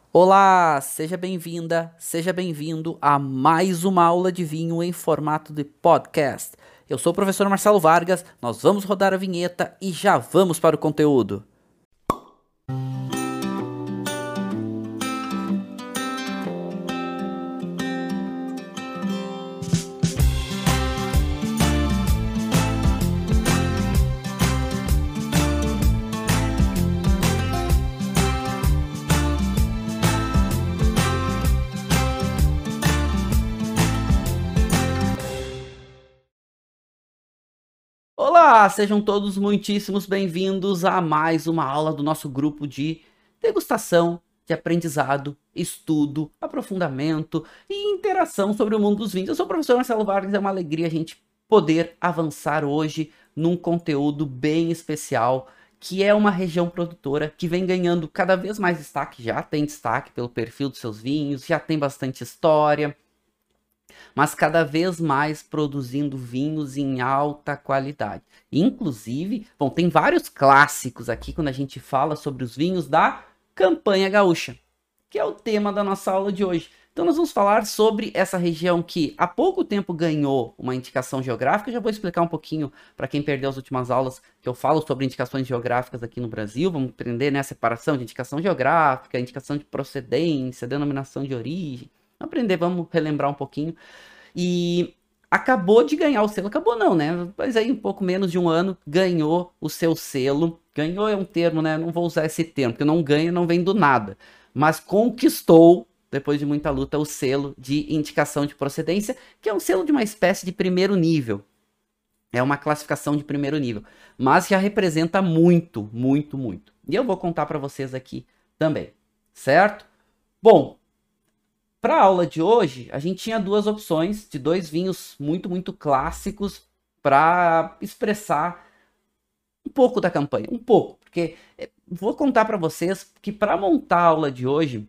Olá, seja bem-vinda, seja bem-vindo a mais uma aula de vinho em formato de podcast. Eu sou o professor Marcelo Vargas, nós vamos rodar a vinheta e já vamos para o conteúdo. Olá, sejam todos muitíssimos bem-vindos a mais uma aula do nosso grupo de degustação, de aprendizado, estudo, aprofundamento e interação sobre o mundo dos vinhos. Eu sou o professor Marcelo Vargas, é uma alegria a gente poder avançar hoje num conteúdo bem especial, que é uma região produtora que vem ganhando cada vez mais destaque, já tem destaque pelo perfil dos seus vinhos, já tem bastante história, mas cada vez mais produzindo vinhos em alta qualidade. Inclusive, bom, tem vários clássicos aqui quando a gente fala sobre os vinhos da Campanha Gaúcha, que é o tema da nossa aula de hoje. Então nós vamos falar sobre essa região que há pouco tempo ganhou uma indicação geográfica. Eu já vou explicar um pouquinho para quem perdeu as últimas aulas que eu falo sobre indicações geográficas aqui no Brasil. Vamos aprender, né, a separação de indicação geográfica, indicação de procedência, denominação de origem. Vamos aprender, vamos relembrar um pouquinho. E acabou de ganhar o selo, acabou não, né? Mas aí um pouco menos de um ano ganhou o seu selo. Ganhou é um termo, né? Não vou usar esse termo, porque não ganha, não vem do nada. Mas conquistou, depois de muita luta, o selo de indicação de procedência, que é um selo de uma espécie de primeiro nível. É uma classificação de primeiro nível, mas já representa muito, muito, muito. E eu vou contar para vocês aqui também, certo? Bom, para a aula de hoje, a gente tinha duas opções de dois vinhos muito, muito clássicos para expressar um pouco da campanha. Um pouco, porque vou contar para vocês que para montar a aula de hoje,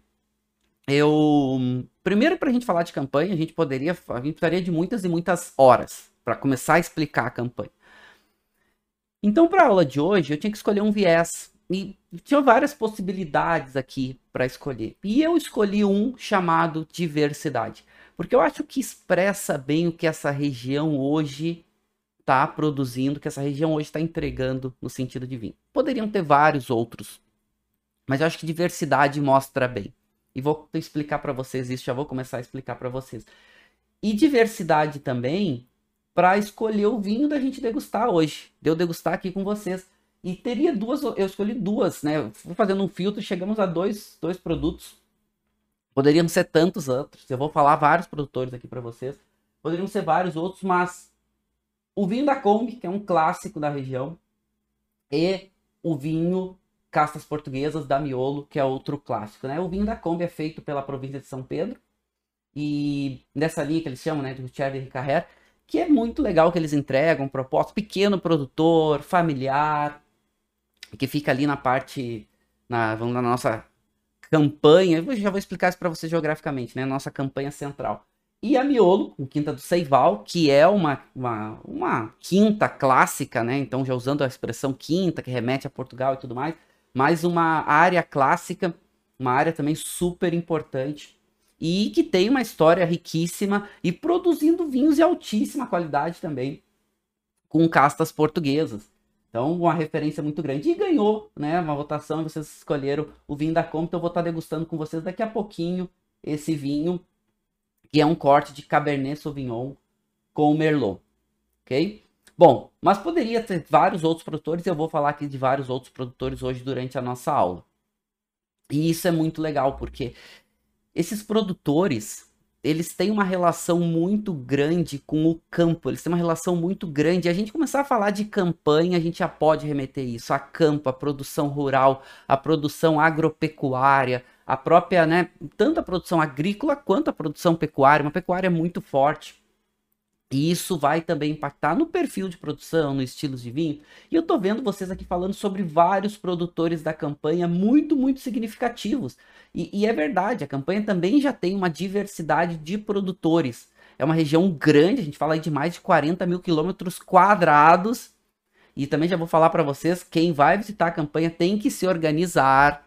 primeiro, para a gente falar de campanha, a gente precisaria de muitas e muitas horas para começar a explicar a campanha. Então, para a aula de hoje, eu tinha que escolher um viés. E tinha várias possibilidades aqui para escolher. E eu escolhi um chamado diversidade. Porque eu acho que expressa bem o que essa região hoje está produzindo, que essa região hoje está entregando no sentido de vinho. Poderiam ter vários outros, mas eu acho que diversidade mostra bem. E vou explicar para vocês isso, já vou começar a explicar para vocês. E diversidade também para escolher o vinho da gente degustar hoje. De eu degustar aqui com vocês. E teria duas, eu escolhi duas, né? Fui fazendo um filtro, chegamos a dois produtos. Poderiam ser tantos outros. Eu vou falar vários produtores aqui para vocês. Poderiam ser vários outros, mas o vinho da Kombi, que é um clássico da região, e o vinho Castas Portuguesas da Miolo, que é outro clássico, né? O vinho da Kombi é feito pela província de São Pedro e dessa linha que eles chamam, né, de Richard e Carrère, que é muito legal que eles entregam, proposta, pequeno produtor, familiar, que fica ali na parte, vamos na nossa campanha, eu já vou explicar isso para vocês geograficamente, né? Nossa campanha central. E a Miolo, com Quinta do Seival, que é uma quinta clássica, né? Então, já usando a expressão quinta, que remete a Portugal e tudo mais, mas uma área clássica, uma área também super importante, e que tem uma história riquíssima e produzindo vinhos de altíssima qualidade também, com castas portuguesas. Então, uma referência muito grande. E ganhou, né, uma votação, e vocês escolheram o vinho da Kombi. Então, eu vou estar degustando com vocês daqui a pouquinho esse vinho, que é um corte de Cabernet Sauvignon com Merlot, ok? Bom, mas poderia ter vários outros produtores, e eu vou falar aqui de vários outros produtores hoje durante a nossa aula. E isso é muito legal, porque esses produtores, eles têm uma relação muito grande com o campo, eles têm uma relação muito grande. A gente começar a falar de campanha, a gente já pode remeter isso a campo, a produção rural, a produção agropecuária, a própria, né, tanto a produção agrícola quanto a produção pecuária, uma pecuária muito forte. E isso vai também impactar no perfil de produção, no estilo de vinho. E eu tô vendo vocês aqui falando sobre vários produtores da campanha muito, muito significativos. E é verdade, a campanha também já tem uma diversidade de produtores. É uma região grande, a gente fala aí de mais de 40 mil quilômetros quadrados. E também já vou falar para vocês, quem vai visitar a campanha tem que se organizar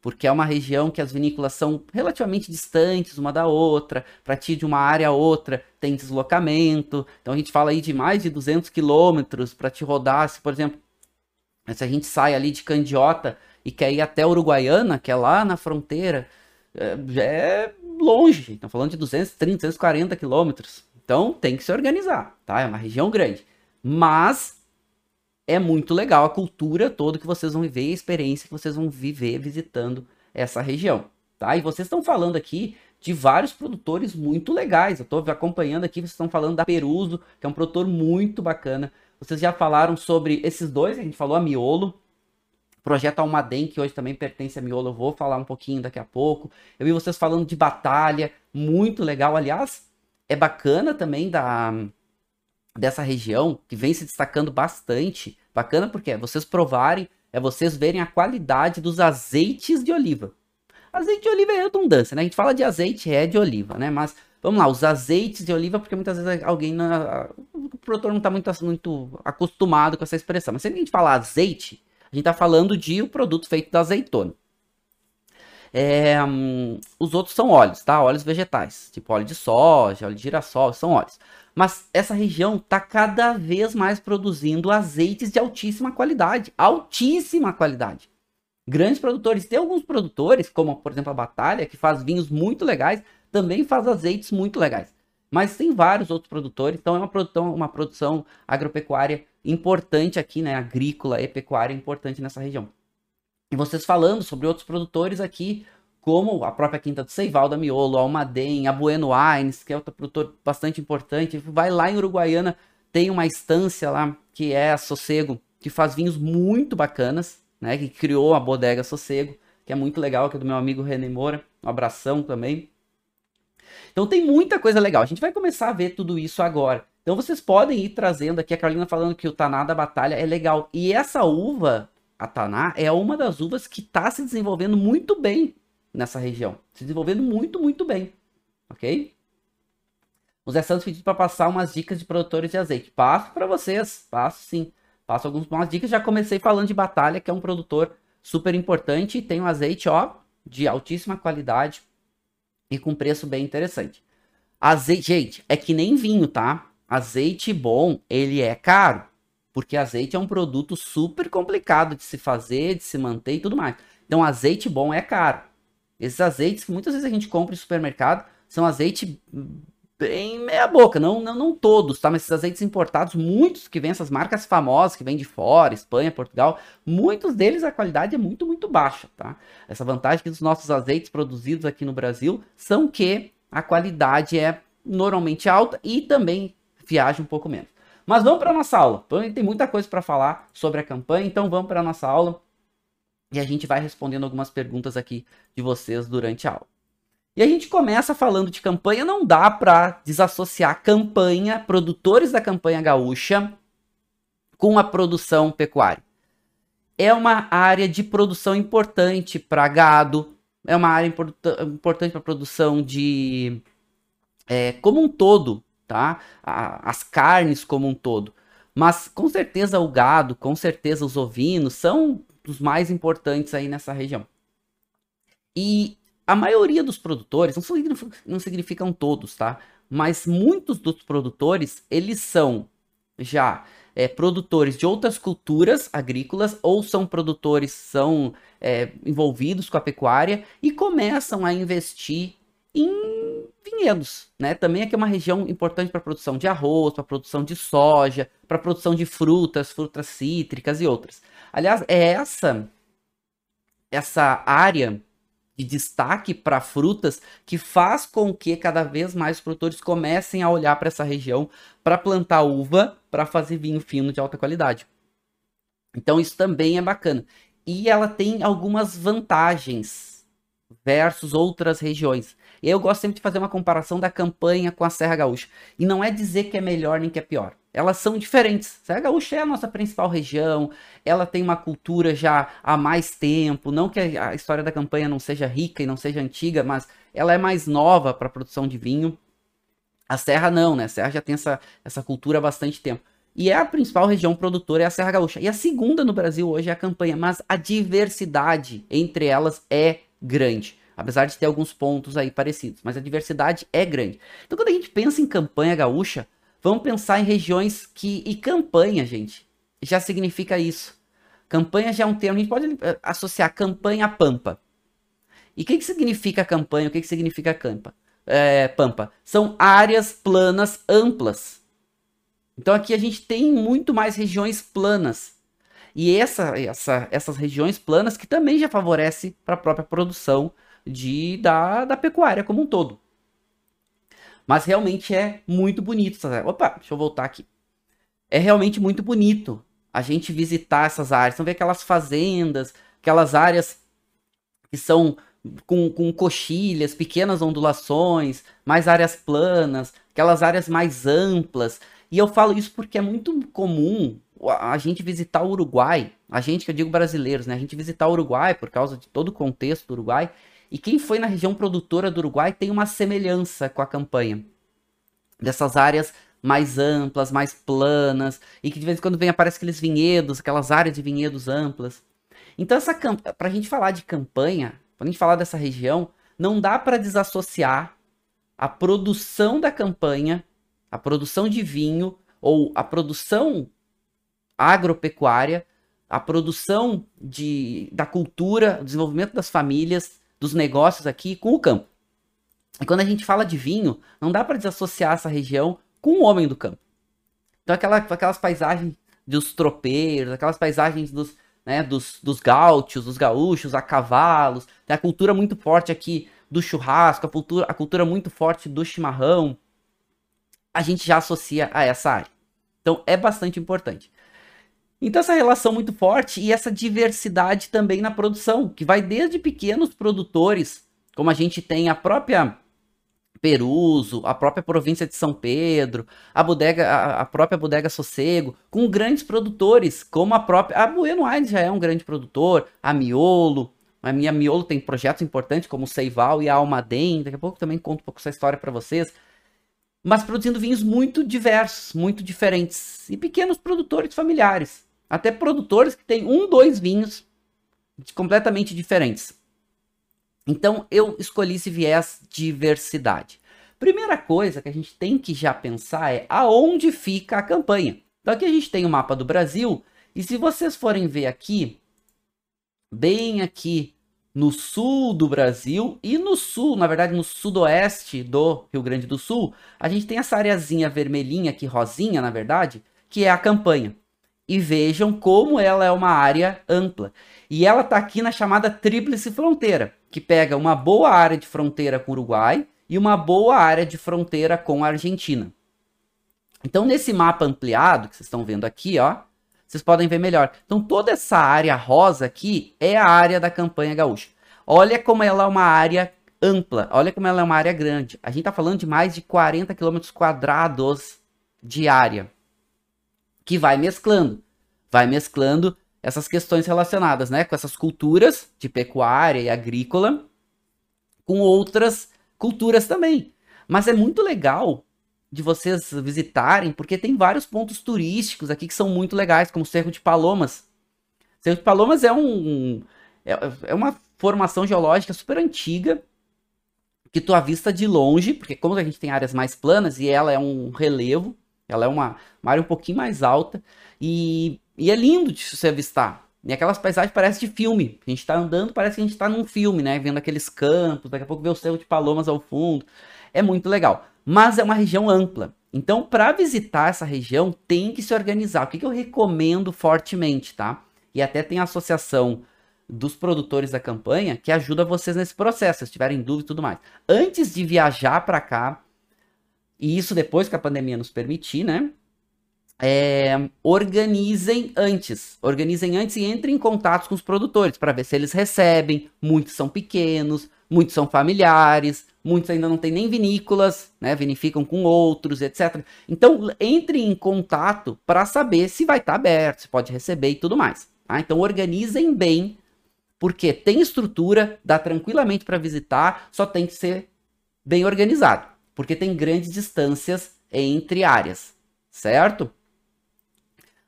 porque é uma região que as vinícolas são relativamente distantes uma da outra, para ti de uma área a outra tem deslocamento, então a gente fala aí de mais de 200 quilômetros para te rodar, se por exemplo, se a gente sai ali de Candiota e quer ir até Uruguaiana, que é lá na fronteira, já é longe, estamos falando de 230, 240 quilômetros, então tem que se organizar, tá? É uma região grande, mas é muito legal a cultura toda que vocês vão viver e a experiência que vocês vão viver visitando essa região, tá? E vocês estão falando aqui de vários produtores muito legais. Eu estou acompanhando aqui, vocês estão falando da Peruso, que é um produtor muito bacana. Vocês já falaram sobre esses dois, a gente falou a Miolo, Projeto Almaden, que hoje também pertence a Miolo, eu vou falar um pouquinho daqui a pouco. Eu vi vocês falando de Batalha, muito legal. Aliás, é bacana também dessa região, que vem se destacando bastante. Bacana porque é vocês provarem, é vocês verem a qualidade dos azeites de oliva. Azeite de oliva é redundância, né? A gente fala de azeite de oliva, né? Mas vamos lá, os azeites de oliva, porque muitas vezes o produtor não está muito acostumado com essa expressão. Mas sempre que a gente fala azeite, a gente está falando de um produto feito da azeitona. Os outros são óleos, tá? Óleos vegetais, tipo óleo de soja, óleo de girassol, são óleos. Mas essa região está cada vez mais produzindo azeites de altíssima qualidade. Altíssima qualidade. Grandes produtores. Tem alguns produtores, como por exemplo a Batalha, que faz vinhos muito legais, também faz azeites muito legais. Mas tem vários outros produtores, então é uma produção agropecuária importante aqui, né? Agrícola e pecuária importante nessa região. E vocês falando sobre outros produtores aqui, como a própria Quinta do Ceival, da Miolo, a Almaden, a Bueno Wines, que é outro produtor bastante importante. Vai lá em Uruguaiana, tem uma estância lá, que é a Sossego, que faz vinhos muito bacanas, né? Que criou a Bodega Sossego, que é muito legal, que é do meu amigo René Moura. Um abração também. Então tem muita coisa legal. A gente vai começar a ver tudo isso agora. Então vocês podem ir trazendo aqui, a Carolina falando que o Taná da Batalha é legal. E essa uva, a Taná, é uma das uvas que está se desenvolvendo muito bem nessa região. Se desenvolvendo muito, muito bem. Ok? O Zé Santos pediu para passar umas dicas de produtores de azeite. Passo para vocês. Passo sim. Passo algumas dicas. Já comecei falando de Batalha, que é um produtor super importante. E tem um azeite, ó, de altíssima qualidade e com preço bem interessante. Azeite, gente, é que nem vinho, tá? Azeite bom, ele é caro. Porque azeite é um produto super complicado de se fazer, de se manter e tudo mais. Então, azeite bom é caro. Esses azeites que muitas vezes a gente compra em supermercado são azeite bem meia boca, não todos, tá? Mas esses azeites importados, muitos que vêm, essas marcas famosas que vêm de fora, Espanha, Portugal, muitos deles a qualidade é muito, muito baixa, tá? Essa vantagem que dos nossos azeites produzidos aqui no Brasil são que a qualidade é normalmente alta e também viaja um pouco menos. Mas vamos para a nossa aula. Tem muita coisa para falar sobre a campanha, então vamos para a nossa aula e a gente vai respondendo algumas perguntas aqui de vocês durante a aula. E a gente começa falando de campanha, não dá para desassociar campanha, produtores da campanha gaúcha, com a produção pecuária. É uma área de produção importante para gado, é uma área importante para a produção de como um todo, tá? As carnes como um todo. Mas com certeza o gado, com certeza os ovinos são os mais importantes aí nessa região. E a maioria dos produtores, não significam todos, tá? Mas muitos dos produtores, eles são já produtores de outras culturas agrícolas ou são produtores, são envolvidos com a pecuária e começam a investir em vinhedos, né? Também aqui é uma região importante para a produção de arroz, para a produção de soja, para a produção de frutas cítricas e outras. Aliás, é essa área de destaque para frutas que faz com que cada vez mais os produtores comecem a olhar para essa região para plantar uva, para fazer vinho fino de alta qualidade. Então isso também é bacana. E ela tem algumas vantagens versus outras regiões. E eu gosto sempre de fazer uma comparação da campanha com a Serra Gaúcha. E não é dizer que é melhor nem que é pior. Elas são diferentes. Serra Gaúcha é a nossa principal região, ela tem uma cultura já há mais tempo, não que a história da campanha não seja rica e não seja antiga, mas ela é mais nova para a produção de vinho. A Serra não, né? A Serra já tem essa cultura há bastante tempo. E é a principal região produtora, é a Serra Gaúcha. E a segunda no Brasil hoje é a Campanha, mas a diversidade entre elas é grande. Apesar de ter alguns pontos aí parecidos, mas a diversidade é grande. Então quando a gente pensa em Campanha Gaúcha, vamos pensar em regiões que... E Campanha, gente, já significa isso. Campanha já é um termo, a gente pode associar Campanha a Pampa. E o que significa Campanha? O que significa Pampa? São áreas planas amplas. Então aqui a gente tem muito mais regiões planas. E essas regiões planas que também já favorece para a própria produção da pecuária como um todo. Mas realmente é muito bonito. Opa, deixa eu voltar aqui. É realmente muito bonito a gente visitar essas áreas. Então ver aquelas fazendas, aquelas áreas que são com coxilhas, pequenas ondulações, mais áreas planas, aquelas áreas mais amplas. E eu falo isso porque é muito comum a gente visitar o Uruguai, a gente que eu digo brasileiros, né? A gente visitar o Uruguai por causa de todo o contexto do Uruguai. E quem foi na região produtora do Uruguai tem uma semelhança com a Campanha. Dessas áreas mais amplas, mais planas, e que de vez em quando aparece aqueles vinhedos, aquelas áreas de vinhedos amplas. Então, para a gente falar de Campanha, para a gente falar dessa região, não dá para desassociar a produção da Campanha, a produção de vinho, ou a produção agropecuária, a produção da cultura, o desenvolvimento das famílias, dos negócios aqui com o campo. E quando a gente fala de vinho, não dá para desassociar essa região com o homem do campo. Então aquelas paisagens dos tropeiros, aquelas paisagens dos gaúchos, dos gaúchos a cavalos, tem a cultura muito forte aqui do churrasco, a cultura muito forte do chimarrão, a gente já associa a essa área. Então é bastante importante. Então essa relação muito forte e essa diversidade também na produção, que vai desde pequenos produtores, como a gente tem a própria Peruso, a própria província de São Pedro, a própria Bodega Sossego, com grandes produtores, como a Bueno Aires já é um grande produtor, a Miolo tem projetos importantes como o Ceival e a Almaden, daqui a pouco também conto um pouco essa história para vocês, mas produzindo vinhos muito diversos, muito diferentes, e pequenos produtores familiares, até produtores que têm 2 vinhos completamente diferentes. Então, eu escolhi esse viés diversidade. Primeira coisa que a gente tem que já pensar é aonde fica a Campanha. Então, aqui a gente tem o mapa do Brasil, e se vocês forem ver aqui, bem aqui no sul do Brasil, e no sul, na verdade no sudoeste do Rio Grande do Sul, a gente tem essa areazinha vermelhinha aqui, rosinha, na verdade, que é a Campanha. E vejam como ela é uma área ampla. E ela está aqui na chamada Tríplice Fronteira, que pega uma boa área de fronteira com o Uruguai e uma boa área de fronteira com a Argentina. Então, nesse mapa ampliado, que vocês estão vendo aqui, ó, vocês podem ver melhor. Então, toda essa área rosa aqui é a área da Campanha Gaúcha. Olha como ela é uma área ampla, olha como ela é uma área grande. A gente está falando de mais de 40 km² de área, que vai mesclando essas questões relacionadas, né, com essas culturas de pecuária e agrícola, com outras culturas também. Mas é muito legal de vocês visitarem, porque tem vários pontos turísticos aqui que são muito legais, como o Cerro de Palomas. O Cerro de Palomas é uma formação geológica super antiga, que tu avista de longe, porque como a gente tem áreas mais planas e ela é um relevo, ela é uma área um pouquinho mais alta, e é lindo de se avistar. E aquelas paisagens parecem de filme. A gente tá andando, parece que a gente tá num filme, né? Vendo aqueles campos, daqui a pouco vê o Cerro de Palomas ao fundo. É muito legal. Mas é uma região ampla. Então, para visitar essa região, tem que se organizar. O que eu recomendo fortemente, tá? E até tem a associação dos produtores da Campanha que ajuda vocês nesse processo, se tiverem dúvida e tudo mais. Antes de viajar para cá, e isso depois que a pandemia nos permitir, né? Organizem antes e entrem em contato com os produtores para ver se eles recebem. Muitos são pequenos, muitos são familiares, muitos ainda não têm nem vinícolas, né? Vinificam com outros, etc. Então entrem em contato para saber se vai estar aberto, se pode receber e tudo mais. Tá? Então organizem bem, porque tem estrutura, dá tranquilamente para visitar, só tem que ser bem organizado, porque tem grandes distâncias entre áreas, certo?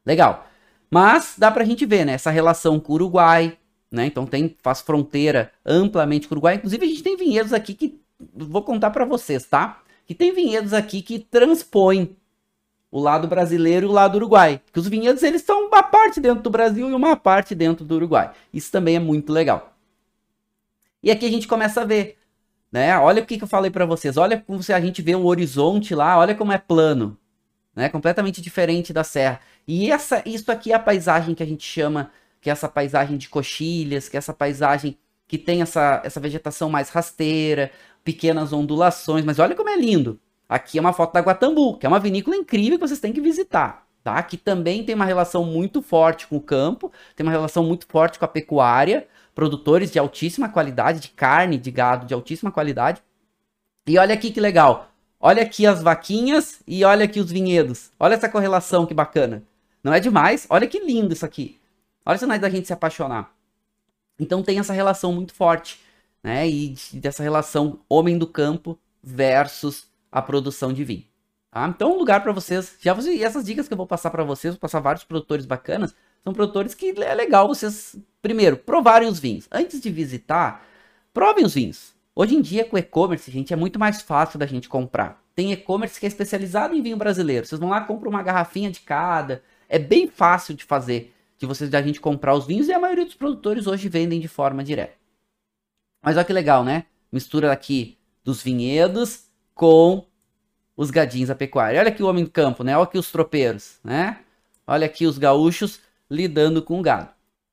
Legal. Mas dá pra gente ver, né? Essa relação com o Uruguai, né? Então faz fronteira amplamente com o Uruguai. Inclusive, a gente tem vinhedos aqui que vou contar para vocês, tá? Que tem vinhedos aqui que transpõem o lado brasileiro e o lado uruguai. Que os vinhedos, eles são uma parte dentro do Brasil e uma parte dentro do Uruguai. Isso também é muito legal. E aqui a gente começa a ver, né? Olha o que eu falei para vocês. Olha como a gente vê o horizonte lá, olha como é plano, né? Completamente diferente da serra. E isso aqui é a paisagem que a gente chama, que é essa paisagem de coxilhas, que é essa paisagem que tem essa vegetação mais rasteira, pequenas ondulações, mas olha como é lindo. Aqui é uma foto da Guatambu, que é uma vinícola incrível que vocês têm que visitar, tá? Que também tem uma relação muito forte com o campo, tem uma relação muito forte com a pecuária, produtores de altíssima qualidade, de carne, de gado de altíssima qualidade. E olha aqui que legal. Olha aqui as vaquinhas e olha aqui os vinhedos. Olha essa correlação que bacana. Não é demais? Olha que lindo isso aqui. Olha se não é da gente se apaixonar. Então tem essa relação muito forte, né? E dessa relação homem do campo versus a produção de vinho. Tá? Então um lugar para vocês, e essas dicas que eu vou passar para vocês, vou passar vários produtores bacanas, são produtores que é legal vocês, primeiro, provarem os vinhos. Antes de visitar, provem os vinhos. Hoje em dia, com e-commerce, gente, é muito mais fácil da gente comprar. Tem e-commerce que é especializado em vinho brasileiro. Vocês vão lá, compram uma garrafinha de cada. É bem fácil de fazer, da gente comprar os vinhos, e a maioria dos produtores hoje vendem de forma direta. Mas olha que legal, né? Mistura aqui dos vinhedos com os gadinhos da pecuária. Olha aqui o homem do campo, né? Olha aqui os tropeiros, né? Olha aqui os gaúchos lidando com o gado.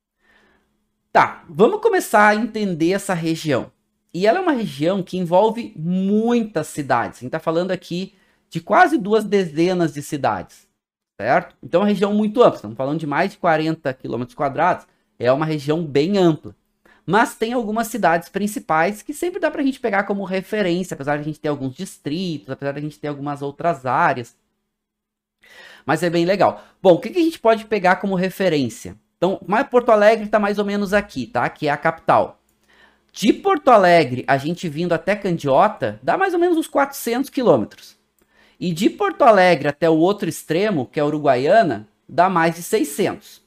Tá, vamos começar a entender essa região. E ela é uma região que envolve muitas cidades. A gente tá falando aqui de quase 2 dezenas de cidades, certo? Então é uma região muito ampla. Estamos falando de mais de 40 quilômetros quadrados. É uma região bem ampla. Mas tem algumas cidades principais que sempre dá pra gente pegar como referência, apesar de a gente ter alguns distritos, apesar de a gente ter algumas outras áreas. Mas é bem legal. Bom, o que a gente pode pegar como referência? Então, Porto Alegre está mais ou menos aqui, tá? Que é a capital. De Porto Alegre, a gente vindo até Candiota, dá mais ou menos uns 400 quilômetros. E de Porto Alegre até o outro extremo, que é Uruguaiana, dá mais de 600.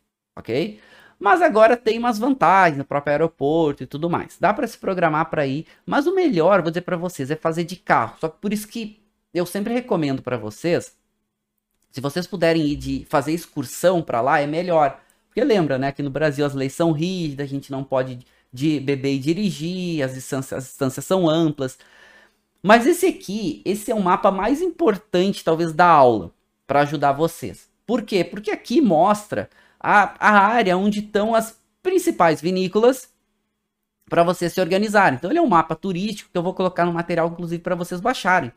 Ok? Mas agora tem umas vantagens no próprio aeroporto e tudo mais. Dá para se programar para ir, mas o melhor, vou dizer para vocês, é fazer de carro. Só que por isso que eu sempre recomendo para vocês, se vocês puderem ir fazer excursão para lá, é melhor. Porque lembra, né, que no Brasil as leis são rígidas, a gente não pode beber e dirigir, as distâncias são amplas. Mas esse é o mapa mais importante, talvez, da aula, para ajudar vocês. Por quê? Porque aqui mostra a área onde estão as principais vinícolas para vocês se organizarem. Então ele é um mapa turístico que eu vou colocar no material, inclusive, para vocês baixarem.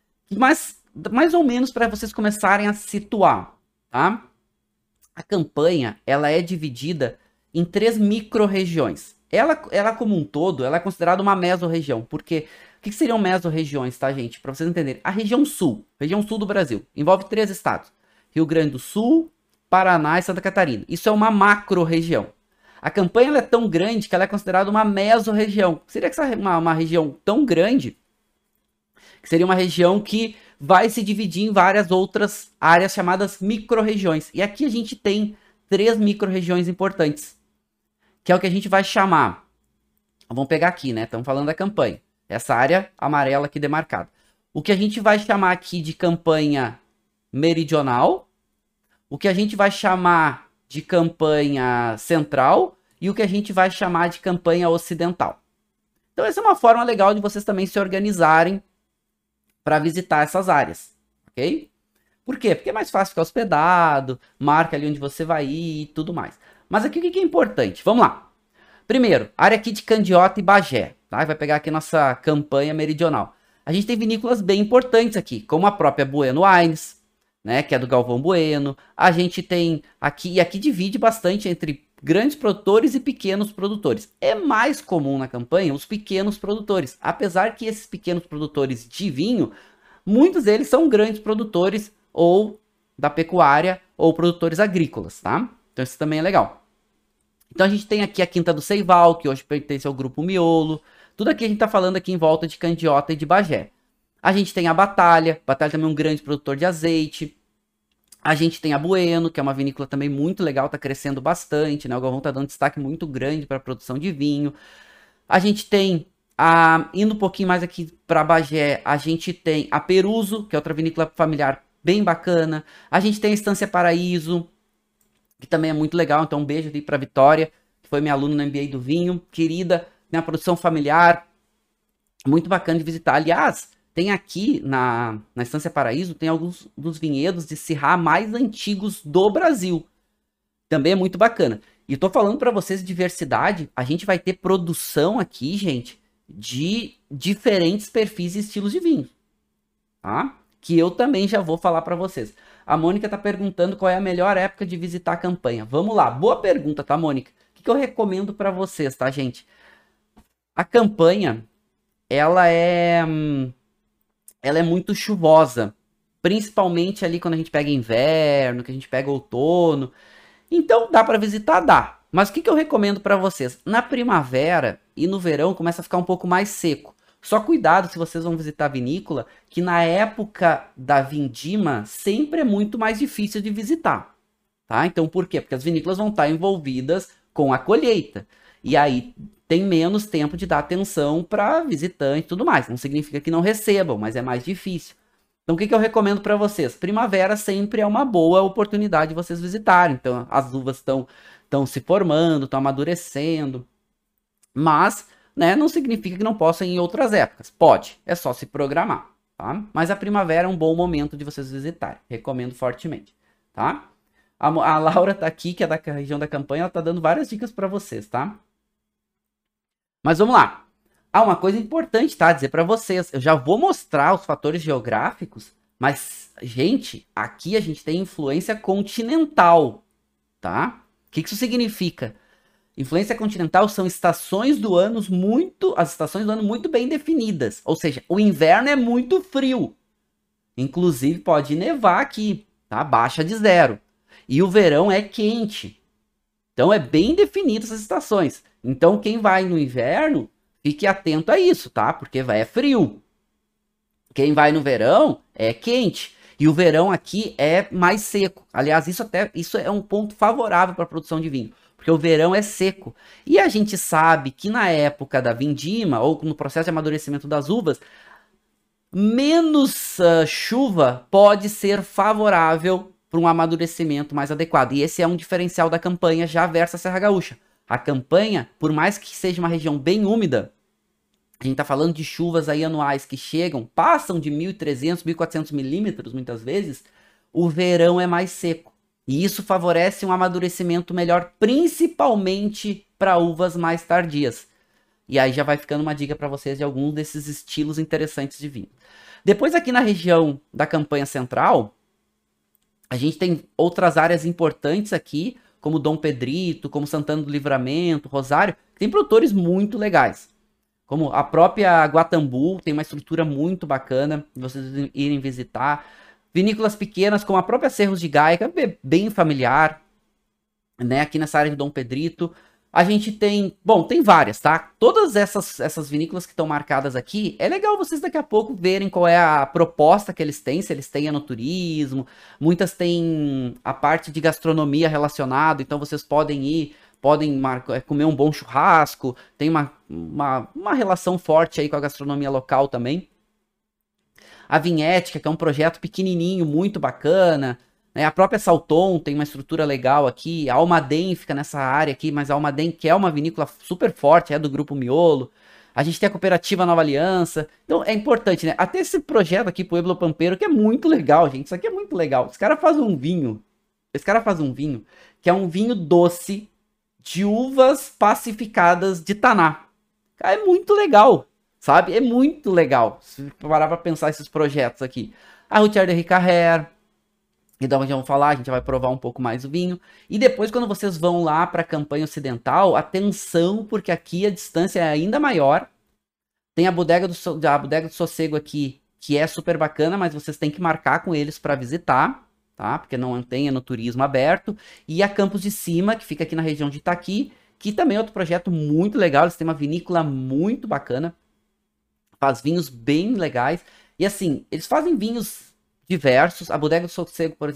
Mas mais ou menos para vocês começarem a situar, tá? A campanha, ela é dividida em 3 micro-regiões. Ela como um todo, ela é considerada uma mesorregião. Porque o que seriam mesorregiões, tá, gente? Para vocês entenderem. A região sul do Brasil, envolve 3 estados. Rio Grande do Sul, Paraná e Santa Catarina. Isso é uma macro-região. A campanha ela é tão grande que ela é considerada uma mesorregião. Seria que uma região tão grande que seria uma região que vai se dividir em várias outras áreas chamadas micro-regiões. E aqui a gente tem 3 micro-regiões importantes, que é o que a gente vai chamar. Vamos pegar aqui, né? Estamos falando da campanha. Essa área amarela aqui demarcada. O que a gente vai chamar aqui de campanha meridional, o que a gente vai chamar de campanha central e o que a gente vai chamar de campanha ocidental. Então essa é uma forma legal de vocês também se organizarem para visitar essas áreas, ok? Por quê? Porque é mais fácil ficar hospedado, marca ali onde você vai ir e tudo mais. Mas aqui o que é importante? Vamos lá. Primeiro, área aqui de Candiota e Bagé, tá? Vai pegar aqui nossa campanha meridional. A gente tem vinícolas bem importantes aqui, como a própria Bueno Wines, né, que é do Galvão Bueno. A gente tem aqui, e aqui divide bastante entre grandes produtores e pequenos produtores. É mais comum na campanha os pequenos produtores, apesar que esses pequenos produtores de vinho, muitos deles são grandes produtores ou da pecuária ou produtores agrícolas, tá? Então isso também é legal. Então a gente tem aqui a Quinta do Seival, que hoje pertence ao Grupo Miolo. Tudo aqui a gente tá falando aqui em volta de Candiota e de Bagé. A gente tem a Batalha também é um grande produtor de azeite. A gente tem a Bueno, que é uma vinícola também muito legal, tá crescendo bastante, né? O Galvão tá dando destaque muito grande para a produção de vinho. A gente tem, indo um pouquinho mais aqui para Bagé, a gente tem a Peruso, que é outra vinícola familiar bem bacana. A gente tem a Estância Paraíso, que também é muito legal. Então, um beijo ali para Vitória, que foi minha aluna no MBA do vinho, querida, tem a produção familiar, muito bacana de visitar. Aliás, tem aqui na Estância Paraíso, tem alguns dos vinhedos de Syrah mais antigos do Brasil. Também é muito bacana. E tô falando para vocês de diversidade, a gente vai ter produção aqui, gente, de diferentes perfis e estilos de vinho, tá? Que eu também já vou falar para vocês. A Mônica tá perguntando qual é a melhor época de visitar a campanha. Vamos lá, boa pergunta, tá, Mônica? O que eu recomendo para vocês, tá, gente? A campanha, ela é muito chuvosa, principalmente ali quando a gente pega inverno, que a gente pega outono. Então dá para visitar, dá. Mas o que eu recomendo para vocês? Na primavera e no verão começa a ficar um pouco mais seco. Só cuidado se vocês vão visitar a vinícola, que na época da vindima sempre é muito mais difícil de visitar, tá? Então por quê? Porque as vinícolas vão estar envolvidas com a colheita. E aí tem menos tempo de dar atenção para visitante e tudo mais. Não significa que não recebam, mas é mais difícil. Então, o que eu recomendo para vocês? Primavera sempre é uma boa oportunidade de vocês visitarem. Então, as uvas estão se formando, estão amadurecendo. Mas, né, não significa que não possam ir em outras épocas. Pode, é só se programar, tá? Mas a primavera é um bom momento de vocês visitarem. Recomendo fortemente, tá? A Laura tá aqui, que é da região da campanha, ela tá dando várias dicas para vocês, tá? Mas vamos lá. Uma coisa importante, tá? Dizer para vocês. Eu já vou mostrar os fatores geográficos, mas, gente, aqui a gente tem influência continental, tá? O que isso significa? Influência continental são estações do ano as estações do ano muito bem definidas. Ou seja, o inverno é muito frio. Inclusive pode nevar aqui, tá? Baixa de 0. E o verão é quente. Então é bem definido essas estações. Então quem vai no inverno, fique atento a isso, tá? Porque é frio. Quem vai no verão é quente. E o verão aqui é mais seco. Aliás, isso é um ponto favorável para a produção de vinho. Porque o verão é seco. E a gente sabe que na época da vindima, ou no processo de amadurecimento das uvas, menos chuva pode ser favorável para um amadurecimento mais adequado. E esse é um diferencial da campanha já versus a Serra Gaúcha. A campanha, por mais que seja uma região bem úmida, a gente está falando de chuvas aí anuais que passam de 1.300, 1.400 milímetros muitas vezes, o verão é mais seco. E isso favorece um amadurecimento melhor, principalmente para uvas mais tardias. E aí já vai ficando uma dica para vocês de alguns desses estilos interessantes de vinho. Depois aqui na região da campanha central, a gente tem outras áreas importantes aqui, como Dom Pedrito, como Santana do Livramento, Rosário, que tem produtores muito legais. Como a própria Guatambu, tem uma estrutura muito bacana, vocês irem visitar. Vinícolas pequenas, como a própria Cerros de Gaia, que é bem familiar, né? Aqui nessa área de Dom Pedrito. A gente tem, tem várias, tá? Todas essas vinícolas que estão marcadas aqui, é legal vocês daqui a pouco verem qual é a proposta que eles têm, se eles têm aturismo. Muitas têm a parte de gastronomia relacionada, então vocês podem comer um bom churrasco, tem uma relação forte aí com a gastronomia local também. A Vinhética, que é um projeto pequenininho, muito bacana. A própria Salton tem uma estrutura legal aqui. A Almaden fica nessa área aqui, mas a Almaden, que é uma vinícola super forte, é do Grupo Miolo. A gente tem a Cooperativa Nova Aliança. Então é importante, né? Até esse projeto aqui, Pueblo Pampeiro, que é muito legal, gente. Isso aqui é muito legal. Esse cara faz um vinho que é um vinho doce de uvas pacificadas de Taná. Cara, é muito legal, sabe? É muito legal. Se parar pra pensar esses projetos aqui. A Routière de Ricarrer. Então, já vamos falar, a gente vai provar um pouco mais o vinho. E depois, quando vocês vão lá para a campanha ocidental, atenção, porque aqui a distância é ainda maior. Tem a Bodega do Sossego aqui, que é super bacana, mas vocês têm que marcar com eles para visitar, tá? Porque não tem no turismo aberto. E a Campos de Cima, que fica aqui na região de Itaqui, que também é outro projeto muito legal. Eles têm uma vinícola muito bacana. Faz vinhos bem legais. E assim, eles fazem vinhos diversos. A Bodega do Sossego, por exemplo,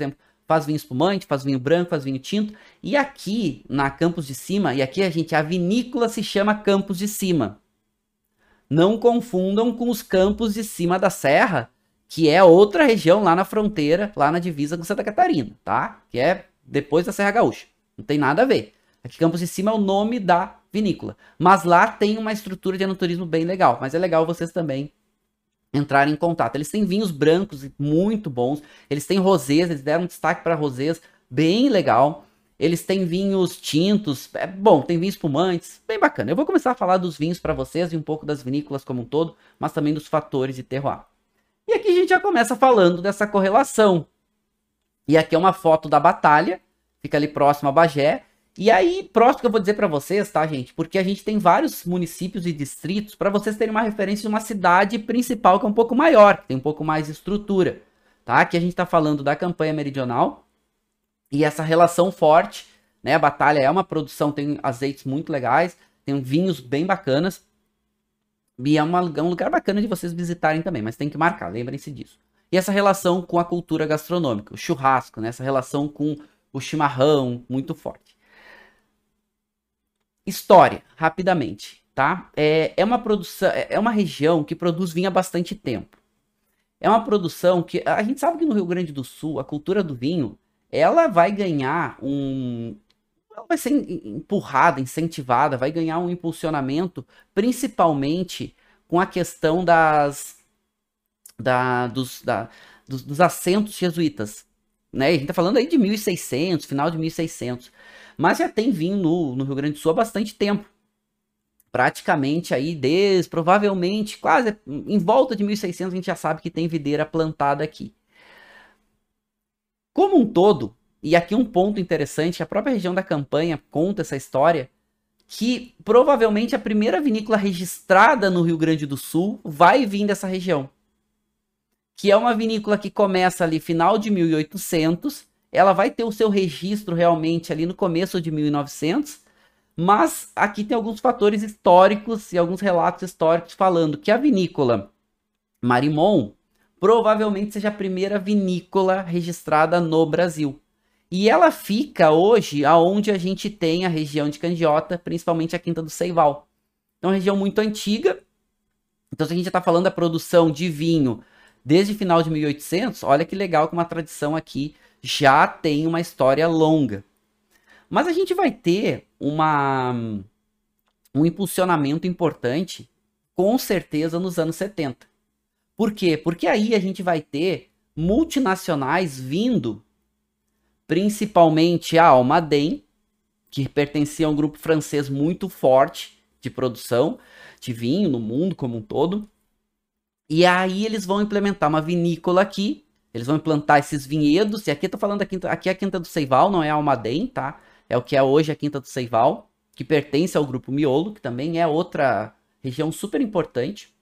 Faz vinho espumante, faz vinho branco, faz vinho tinto. E aqui na Campos de Cima, e aqui a vinícola se chama Campos de Cima. Não confundam com os Campos de Cima da Serra, que é outra região lá na fronteira, lá na divisa com Santa Catarina, tá? Que é depois da Serra Gaúcha. Não tem nada a ver. Aqui Campos de Cima é o nome da vinícola. Mas lá tem uma estrutura de enoturismo bem legal. Mas é legal vocês também entrarem em contato. Eles têm vinhos brancos muito bons. Eles têm rosés, eles deram um destaque para rosés bem legal. Eles têm vinhos tintos, tem vinhos espumantes, bem bacana. Eu vou começar a falar dos vinhos para vocês e um pouco das vinícolas como um todo, mas também dos fatores de terroir. E aqui a gente já começa falando dessa correlação. E aqui é uma foto da Batalha, fica ali próximo a Bagé. E aí, próximo que eu vou dizer para vocês, tá, gente? Porque a gente tem vários municípios e distritos para vocês terem uma referência de uma cidade principal que é um pouco maior, que tem um pouco mais de estrutura, tá? Aqui a gente tá falando da campanha meridional e essa relação forte, né? A Batalha é uma produção, tem azeites muito legais, tem vinhos bem bacanas. E é um lugar bacana de vocês visitarem também, mas tem que marcar, lembrem-se disso. E essa relação com a cultura gastronômica, o churrasco, né? Essa relação com o chimarrão, muito forte. História, rapidamente, tá? É uma produção, é uma região que produz vinho há bastante tempo. É uma produção que a gente sabe que no Rio Grande do Sul a cultura do vinho ela vai ganhar ela vai ser empurrada, incentivada, vai ganhar um impulsionamento, principalmente com a questão dos assentos jesuítas, né? A gente tá falando aí de 1600, final de 1600. Mas já tem vinho no Rio Grande do Sul há bastante tempo. Praticamente aí provavelmente, quase em volta de 1600 a gente já sabe que tem videira plantada aqui. Como um todo, e aqui um ponto interessante, a própria região da Campanha conta essa história, que provavelmente a primeira vinícola registrada no Rio Grande do Sul vai vir dessa região. Que é uma vinícola que começa ali final de 1800, ela vai ter o seu registro realmente ali no começo de 1900, mas aqui tem alguns fatores históricos e alguns relatos históricos falando que a vinícola Marimon provavelmente seja a primeira vinícola registrada no Brasil. E ela fica hoje aonde a gente tem a região de Candiota, principalmente a Quinta do Seival. Então, é uma região muito antiga. Então, se a gente já está falando da produção de vinho desde o final de 1800, olha que legal que uma tradição aqui já tem uma história longa. Mas a gente vai ter um impulsionamento importante, com certeza, nos anos 70. Por quê? Porque aí a gente vai ter multinacionais vindo, principalmente a Almaden, que pertencia a um grupo francês muito forte de produção de vinho no mundo como um todo. E aí eles vão implementar uma vinícola aqui, eles vão implantar esses vinhedos, e aqui eu tô falando aqui é a Quinta do Seival, não é a Almaden, tá? É o que é hoje a Quinta do Seival, que pertence ao grupo Miolo, que também é outra região super importante.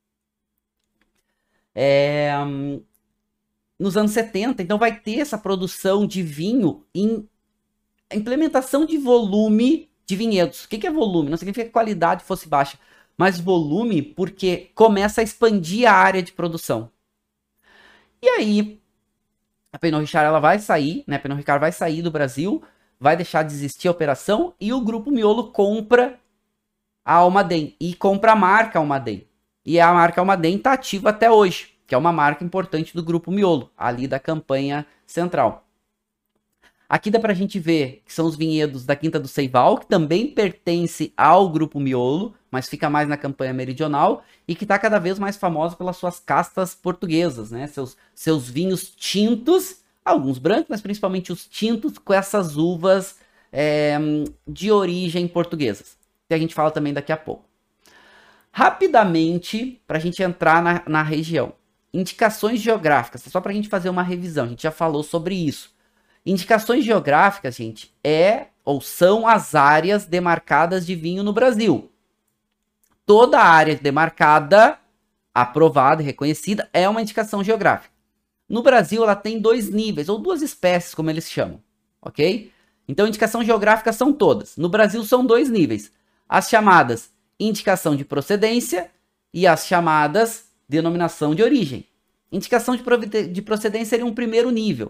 Nos anos 70, então vai ter essa produção de vinho em implementação de volume de vinhedos. O que é volume? Não significa que a qualidade fosse baixa, mas volume porque começa a expandir a área de produção. E aí, a Pernod Ricard ela vai sair, né? A Pernod Ricard vai sair do Brasil, vai deixar de existir a operação e o grupo Miolo compra a Almaden e compra a marca Almaden. E a marca Almaden está ativa até hoje, que é uma marca importante do grupo Miolo, ali da campanha central. Aqui dá pra gente ver que são os vinhedos da Quinta do Seival, que também pertence ao grupo Miolo, mas fica mais na campanha meridional e que está cada vez mais famoso pelas suas castas portuguesas, né? Seus vinhos tintos, alguns brancos, mas principalmente os tintos com essas uvas de origem portuguesas, que a gente fala também daqui a pouco. Rapidamente, para a gente entrar na região. Indicações geográficas, só para a gente fazer uma revisão, a gente já falou sobre isso. Indicações geográficas, gente, são as áreas demarcadas de vinho no Brasil. Toda área demarcada, aprovada e reconhecida, é uma indicação geográfica. No Brasil, ela tem 2 níveis, ou 2 espécies, como eles chamam, ok? Então, indicação geográfica são todas. No Brasil, são 2 níveis. As chamadas indicação de procedência e as chamadas denominação de origem. Indicação de procedência seria um primeiro nível.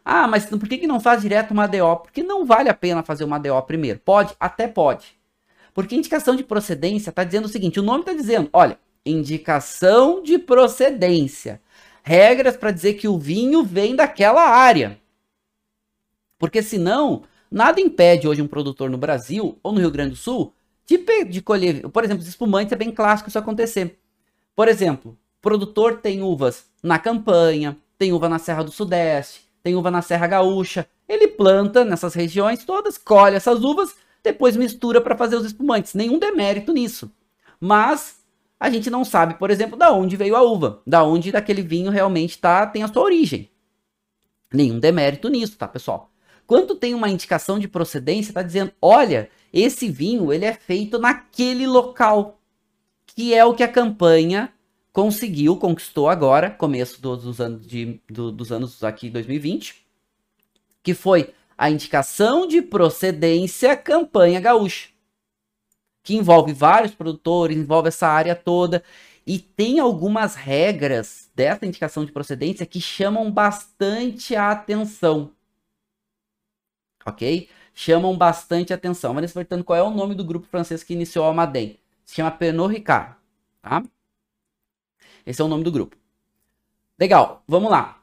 Ah, mas por que não faz direto uma ADO? Porque não vale a pena fazer uma ADO primeiro. Pode? Até pode. Porque indicação de procedência está dizendo o seguinte, o nome está dizendo, olha, indicação de procedência. Regras para dizer que o vinho vem daquela área. Porque senão, nada impede hoje um produtor no Brasil ou no Rio Grande do Sul de colher, por exemplo, os espumantes é bem clássico isso acontecer. Por exemplo, o produtor tem uvas na Campanha, tem uva na Serra do Sudeste, tem uva na Serra Gaúcha, ele planta nessas regiões todas, colhe essas uvas, depois mistura para fazer os espumantes. Nenhum demérito nisso. Mas a gente não sabe, por exemplo, da onde veio a uva, da onde daquele vinho realmente tem a sua origem. Nenhum demérito nisso, tá, pessoal? Quando tem uma indicação de procedência, está dizendo, olha, esse vinho ele é feito naquele local, que é o que a Campanha conquistou agora, começo dos anos aqui 2020, que foi a indicação de procedência Campanha Gaúcha, que envolve vários produtores, envolve essa área toda, e tem algumas regras dessa indicação de procedência que chamam bastante a atenção. Ok? Chamam bastante atenção. Mas perguntando qual é o nome do grupo francês que iniciou a Almaden. Se chama Pernod Ricard. Tá? Esse é o nome do grupo. Legal, vamos lá.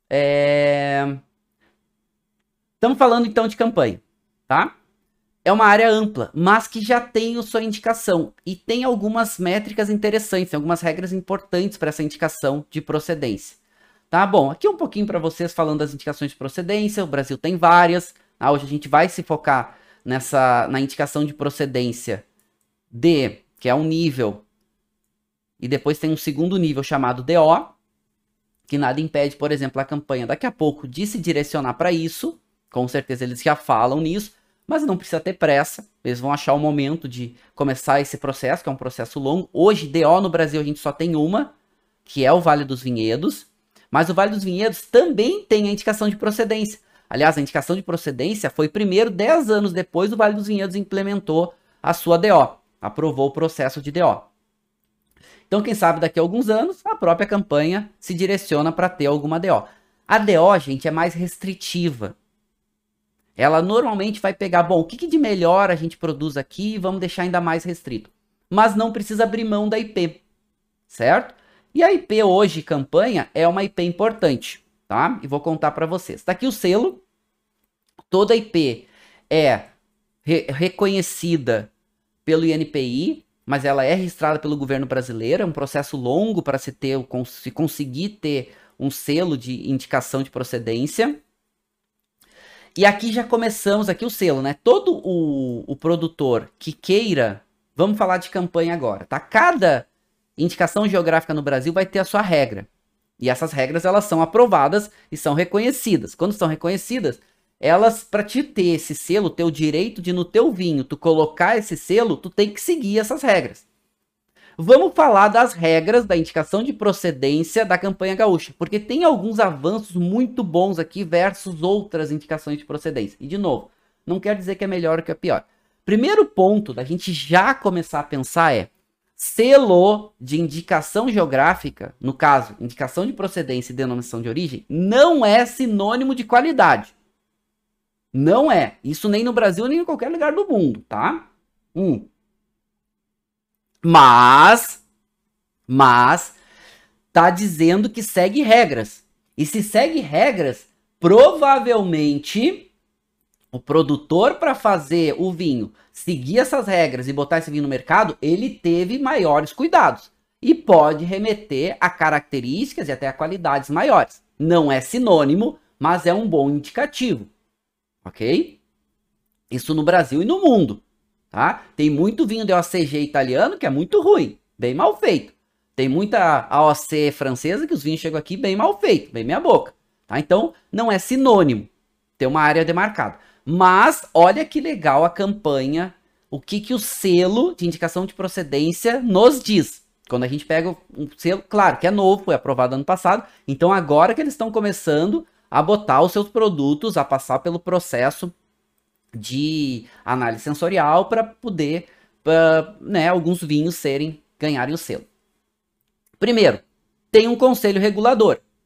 Estamos falando então de Campanha. Tá? É uma área ampla, mas que já tem a sua indicação. E tem algumas métricas interessantes, algumas regras importantes para essa indicação de procedência. Tá bom, aqui um pouquinho para vocês falando das indicações de procedência. O Brasil tem várias. Hoje a gente vai se focar na indicação de procedência D, que é um nível, e depois tem um segundo nível chamado DO, que nada impede, por exemplo, a Campanha daqui a pouco de se direcionar para isso. Com certeza eles já falam nisso, mas não precisa ter pressa. Eles vão achar o momento de começar esse processo, que é um processo longo. Hoje, DO no Brasil a gente só tem uma, que é o Vale dos Vinhedos, mas o Vale dos Vinhedos também tem a indicação de procedência. Aliás, a indicação de procedência foi primeiro, 10 anos depois, o Vale dos Vinhedos implementou a sua DO, aprovou o processo de DO. Então, quem sabe daqui a alguns anos, a própria Campanha se direciona para ter alguma DO. A DO, gente, é mais restritiva. Ela normalmente vai pegar, bom, o que de melhor a gente produz aqui e vamos deixar ainda mais restrito. Mas não precisa abrir mão da IP, certo? E a IP hoje, Campanha, é uma IP importante. Tá? E vou contar para vocês. Tá aqui o selo. Toda IP é reconhecida pelo INPI, mas ela é registrada pelo governo brasileiro. É um processo longo para se conseguir ter um selo de indicação de procedência. E aqui já começamos, aqui o selo, né? Todo o produtor que queira, vamos falar de Campanha agora, tá? Cada indicação geográfica no Brasil vai ter a sua regra. E essas regras, elas são aprovadas e são reconhecidas. Quando são reconhecidas, elas, para te ter esse selo, ter o direito de no teu vinho, tu colocar esse selo, tu tem que seguir essas regras. Vamos falar das regras da indicação de procedência da Campanha Gaúcha, porque tem alguns avanços muito bons aqui versus outras indicações de procedência. E, de novo, não quer dizer que é melhor ou que é pior. Primeiro ponto da gente já começar a pensar é: selo de indicação geográfica, no caso, indicação de procedência e denominação de origem, não é sinônimo de qualidade. Não é. Isso nem no Brasil, nem em qualquer lugar do mundo, tá? Mas tá dizendo que segue regras. E se segue regras, provavelmente o produtor, para fazer o vinho, seguir essas regras e botar esse vinho no mercado, ele teve maiores cuidados. E pode remeter a características e até a qualidades maiores. Não é sinônimo, mas é um bom indicativo. Ok? Isso no Brasil e no mundo. Tá? Tem muito vinho de OCG italiano que é muito ruim, bem mal feito. Tem muita AOC francesa que os vinhos chegam aqui bem mal feito, bem meia boca. Tá? Então, não é sinônimo. Tem uma área demarcada. Mas, olha que legal a Campanha, o que o selo de indicação de procedência nos diz. Quando a gente pega um selo, claro, que é novo, foi aprovado ano passado, então agora que eles estão começando a botar os seus produtos, a passar pelo processo de análise sensorial para poder, né, alguns vinhos ganharem o selo. Primeiro, tem um conselho regulador.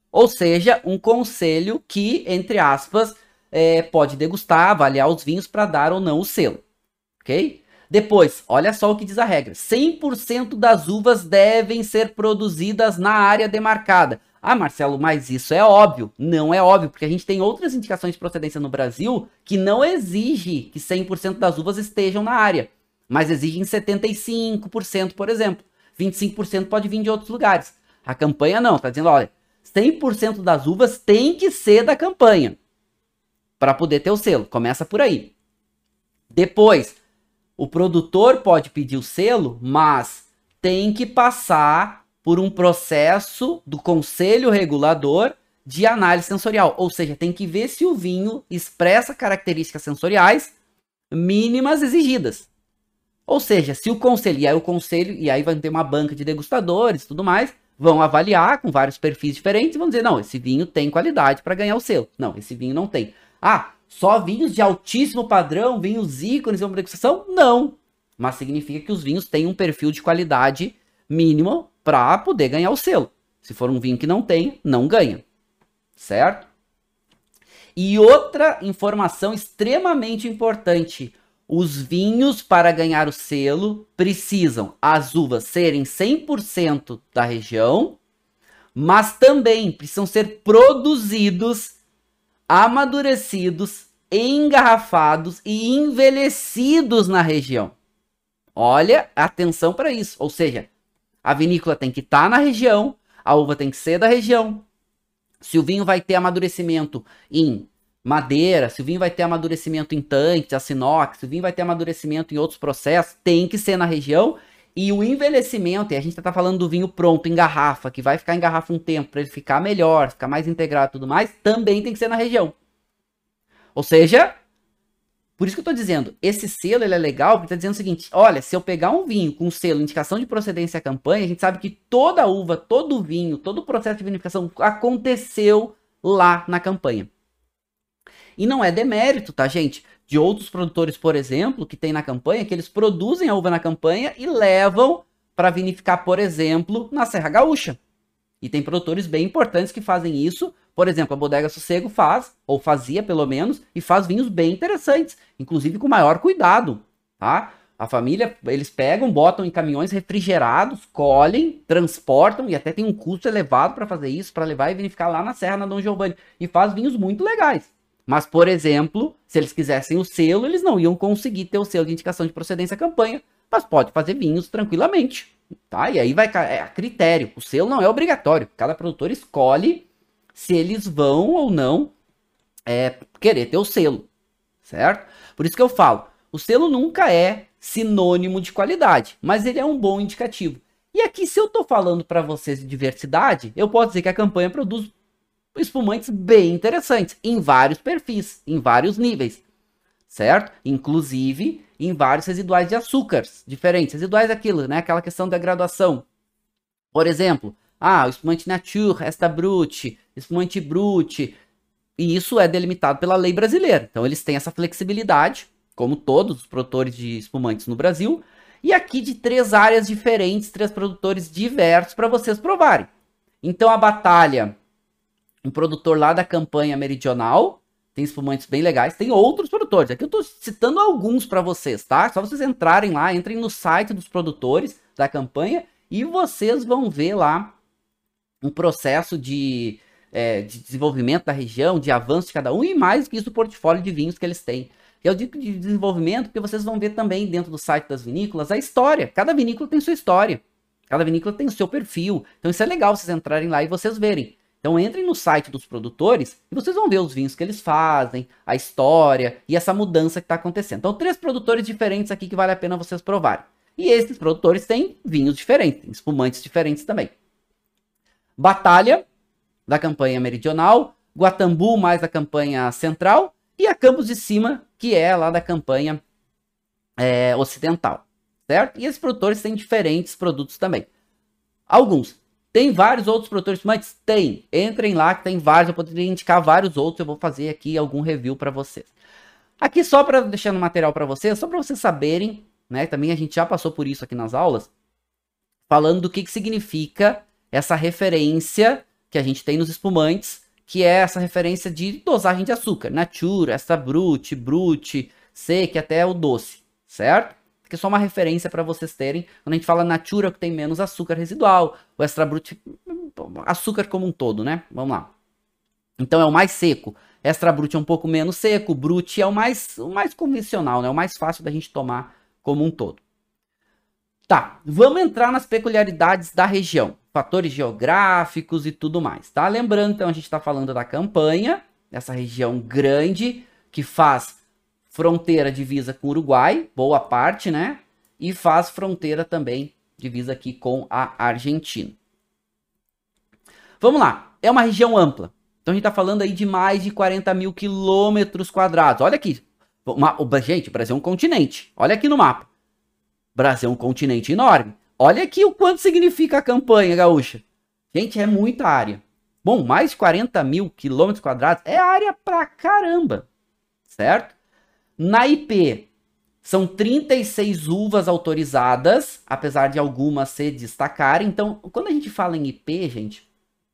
Ou seja, um conselho que, entre aspas, pode degustar, avaliar os vinhos para dar ou não o selo, ok? Depois, olha só o que diz a regra. 100% das uvas devem ser produzidas na área demarcada. Ah, Marcelo, mas isso é óbvio. Não é óbvio, porque a gente tem outras indicações de procedência no Brasil que não exige que 100% das uvas estejam na área, mas exigem 75%, por exemplo. 25% pode vir de outros lugares. A campanha não, está dizendo, olha, 100% das uvas tem que ser da campanha para poder ter o selo. Começa por aí. Depois, o produtor pode pedir o selo, mas tem que passar por um processo do conselho regulador de análise sensorial. Ou seja, tem que ver se o vinho expressa características sensoriais mínimas exigidas. Ou seja, se o conselho, e aí vai ter uma banca de degustadores e tudo mais, vão avaliar com vários perfis diferentes e vão dizer, não, esse vinho tem qualidade para ganhar o selo. Não, esse vinho não tem. Ah, só vinhos de altíssimo padrão, vinhos ícones, vão para degustação? Não. Mas significa que os vinhos têm um perfil de qualidade mínimo para poder ganhar o selo. Se for um vinho que não tem, não ganha. Certo? E outra informação extremamente importante. Os vinhos, para ganhar o selo, precisam as uvas serem 100% da região, mas também precisam ser produzidos, amadurecidos, engarrafados e envelhecidos na região. Olha, atenção para isso. Ou seja, a vinícola tem que estar na região, a uva tem que ser da região. Se o vinho vai ter amadurecimento em madeira, se o vinho vai ter amadurecimento em tanques, aço inox, se o vinho vai ter amadurecimento em outros processos, tem que ser na região. E o envelhecimento, e a gente está falando do vinho pronto, em garrafa, que vai ficar em garrafa um tempo, para ele ficar melhor, ficar mais integrado e tudo mais, também tem que ser na região. Ou seja, por isso que eu estou dizendo, esse selo ele é legal, porque está dizendo o seguinte, olha, se eu pegar um vinho com selo, indicação de procedência à campanha, a gente sabe que toda uva, todo vinho, todo o processo de vinificação aconteceu lá na campanha. E não é demérito, tá, gente? De outros produtores, por exemplo, que tem na campanha, que eles produzem a uva na campanha e levam para vinificar, por exemplo, na Serra Gaúcha. E tem produtores bem importantes que fazem isso. Por exemplo, a Bodega Sossego faz, ou fazia pelo menos, e faz vinhos bem interessantes, inclusive com maior cuidado, tá? A família, eles pegam, botam em caminhões refrigerados, colhem, transportam, e até tem um custo elevado para fazer isso, para levar e vinificar lá na Serra, na Dom Giovanni. E faz vinhos muito legais. Mas, por exemplo, se eles quisessem o selo, eles não iam conseguir ter o selo de indicação de procedência à campanha, mas pode fazer vinhos tranquilamente, tá? E aí vai a critério. O selo não é obrigatório. Cada produtor escolhe se eles vão ou não querer ter o selo, certo? Por isso que eu falo, o selo nunca é sinônimo de qualidade, mas ele é um bom indicativo. E aqui, se eu tô falando para vocês de diversidade, eu posso dizer que a campanha produz espumantes bem interessantes, em vários perfis, em vários níveis, certo? Inclusive em vários residuais de açúcares diferentes. Residuais é aquilo, né? Aquela questão da graduação. Por exemplo, o espumante Nature, Esta Brut, espumante Brut, e isso é delimitado pela lei brasileira. Então eles têm essa flexibilidade, como todos os produtores de espumantes no Brasil, e aqui de 3 áreas diferentes, 3 produtores diversos para vocês provarem. Então a Batalha, um produtor lá da campanha meridional, tem espumantes bem legais, tem outros produtores, aqui eu tô citando alguns para vocês, tá? Só vocês entrarem lá, entrem no site dos produtores da campanha e vocês vão ver lá um processo de desenvolvimento da região, de avanço de cada um e mais que isso o portfólio de vinhos que eles têm. Eu digo de desenvolvimento porque vocês vão ver também dentro do site das vinícolas a história, cada vinícola tem sua história, cada vinícola tem o seu perfil, então isso é legal vocês entrarem lá e vocês verem. Então entrem no site dos produtores e vocês vão ver os vinhos que eles fazem, a história e essa mudança que está acontecendo. Então 3 produtores diferentes aqui que vale a pena vocês provarem. E esses produtores têm vinhos diferentes, espumantes diferentes também. Batalha, da campanha meridional, Guatambu, mais da campanha central, e a Campos de Cima, que é lá da campanha ocidental, certo? E esses produtores têm diferentes produtos também. Alguns. Tem vários outros produtores, mas tem. Entrem lá que tem vários, eu poderia indicar vários outros, eu vou fazer aqui algum review para vocês. Aqui só para deixar no material para vocês, só para vocês saberem, né? Também a gente já passou por isso aqui nas aulas, falando do que significa essa referência que a gente tem nos espumantes, que é essa referência de dosagem de açúcar. Natura, Extra Brut, Brut, Sec, até o doce, certo? Que é só uma referência para vocês terem. Quando a gente fala Natura, que tem menos açúcar residual, o Extra Brut, açúcar como um todo, né? Vamos lá. Então é o mais seco. Extra Brut é um pouco menos seco, Brut é o mais convencional, né? O mais fácil da gente tomar como um todo. Tá, vamos entrar nas peculiaridades da região, fatores geográficos e tudo mais, tá? Lembrando, então, a gente está falando da campanha, essa região grande, que faz fronteira divisa com o Uruguai, boa parte, né? E faz fronteira também divisa aqui com a Argentina. Vamos lá, é uma região ampla. Então a gente está falando aí de mais de 40 mil quilômetros quadrados. Olha aqui, gente, o Brasil é um continente. Olha aqui no mapa. O Brasil é um continente enorme. Olha aqui o quanto significa a campanha gaúcha. Gente, é muita área. Bom, mais de 40 mil quilômetros quadrados é área pra caramba, certo? Na IP, são 36 uvas autorizadas, apesar de algumas se destacarem. Então, quando a gente fala em IP, gente,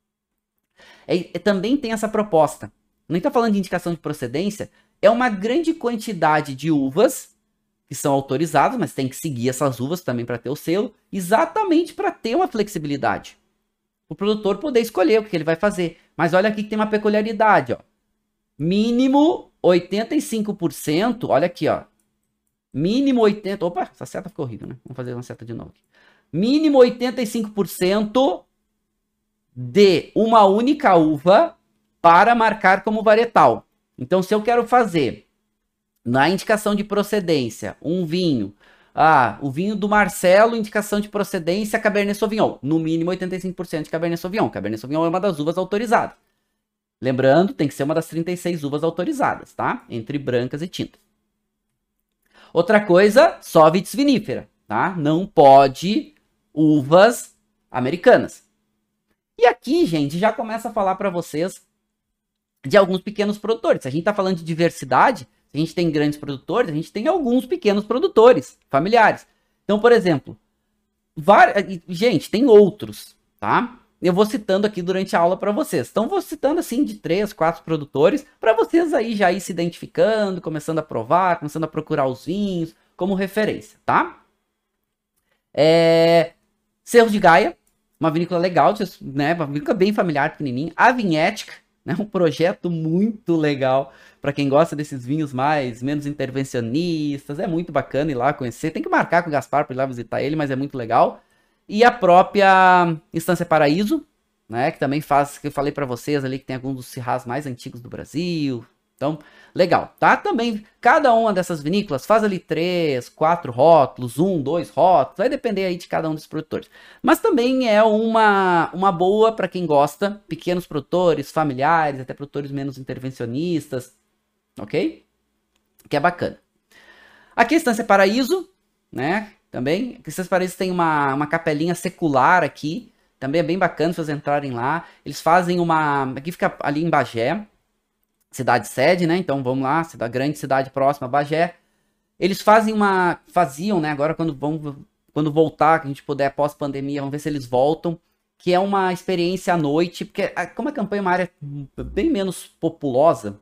também tem essa proposta. Não está falando de indicação de procedência, é uma grande quantidade de uvas que são autorizadas, mas tem que seguir essas uvas também para ter o selo, exatamente para ter uma flexibilidade. O produtor poder escolher o que ele vai fazer. Mas olha aqui que tem uma peculiaridade, ó. Mínimo 85%, olha aqui, ó. Mínimo 80%, opa, essa seta ficou horrível, né? Vamos fazer uma seta de novo aqui. Mínimo 85% de uma única uva para marcar como varietal. Então, se eu quero fazer na indicação de procedência um vinho, o vinho do Marcelo, indicação de procedência Cabernet Sauvignon, no mínimo 85% de Cabernet Sauvignon. Cabernet Sauvignon é uma das uvas autorizadas. Lembrando, tem que ser uma das 36 uvas autorizadas, tá? Entre brancas e tintas. Outra coisa, só vitis vinífera, tá? Não pode uvas americanas. E aqui, gente, já começa a falar para vocês de alguns pequenos produtores. Se a gente está falando de diversidade, se a gente tem grandes produtores, a gente tem alguns pequenos produtores familiares. Então, por exemplo, gente, tem outros, tá? Eu vou citando aqui durante a aula para vocês. Então, vou citando assim de 3, 4 produtores, para vocês aí já ir se identificando, começando a provar, começando a procurar os vinhos como referência, tá? Cerro de Gaia, uma vinícola legal, né? Uma vinícola bem familiar, pequenininha. A Vinhética, né? Um projeto muito legal para quem gosta desses vinhos menos intervencionistas. É muito bacana ir lá conhecer. Tem que marcar com o Gaspar para ir lá visitar ele, mas é muito legal. E a própria Estância Paraíso, né? Que também faz, que eu falei para vocês ali, que tem alguns dos cirrás mais antigos do Brasil. Então, legal, tá? Também, cada uma dessas vinícolas faz ali 3, 4 rótulos, 1, 2 rótulos, vai depender aí de cada um dos produtores. Mas também é uma boa para quem gosta, pequenos produtores, familiares, até produtores menos intervencionistas, ok? Que é bacana. Aqui a Estância Paraíso, né? Também, a Estância Paraíso tem uma capelinha secular aqui, também é bem bacana se vocês entrarem lá. Eles fazem aqui fica ali em Bagé, cidade sede, né? Então vamos lá, grande cidade próxima a Bagé. Eles faziam, né? Agora quando voltar, que a gente puder pós-pandemia, vamos ver se eles voltam, que é uma experiência à noite, porque como a campanha é uma área bem menos populosa,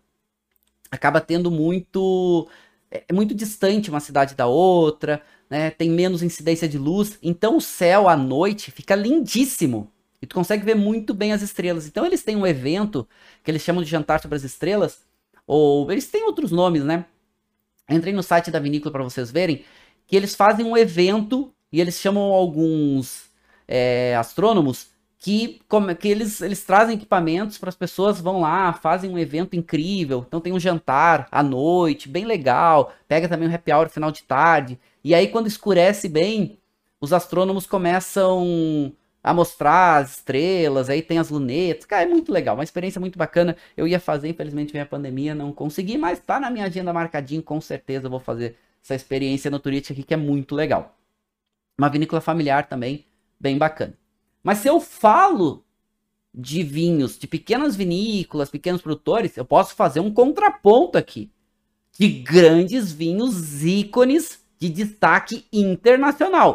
acaba tendo muito distante uma cidade da outra, né? Tem menos incidência de luz, então o céu à noite fica lindíssimo. E tu consegue ver muito bem as estrelas. Então eles têm um evento que eles chamam de Jantar sobre as Estrelas. Ou eles têm outros nomes, né? Entrei no site da vinícola para vocês verem. Que eles fazem um evento e eles chamam alguns astrônomos que eles trazem equipamentos para as pessoas, vão lá, fazem um evento incrível. Então tem um jantar à noite, bem legal. Pega também um happy hour final de tarde. E aí quando escurece bem, os astrônomos começam a mostrar as estrelas, aí tem as lunetas. Cara, é muito legal, uma experiência muito bacana. Eu ia fazer, infelizmente veio a pandemia, não consegui, mas tá na minha agenda marcadinho, com certeza eu vou fazer essa experiência no turística aqui, que é muito legal. Uma vinícola familiar também, bem bacana. Mas se eu falo de vinhos, de pequenas vinícolas, pequenos produtores, eu posso fazer um contraponto aqui, de grandes vinhos ícones de destaque internacional.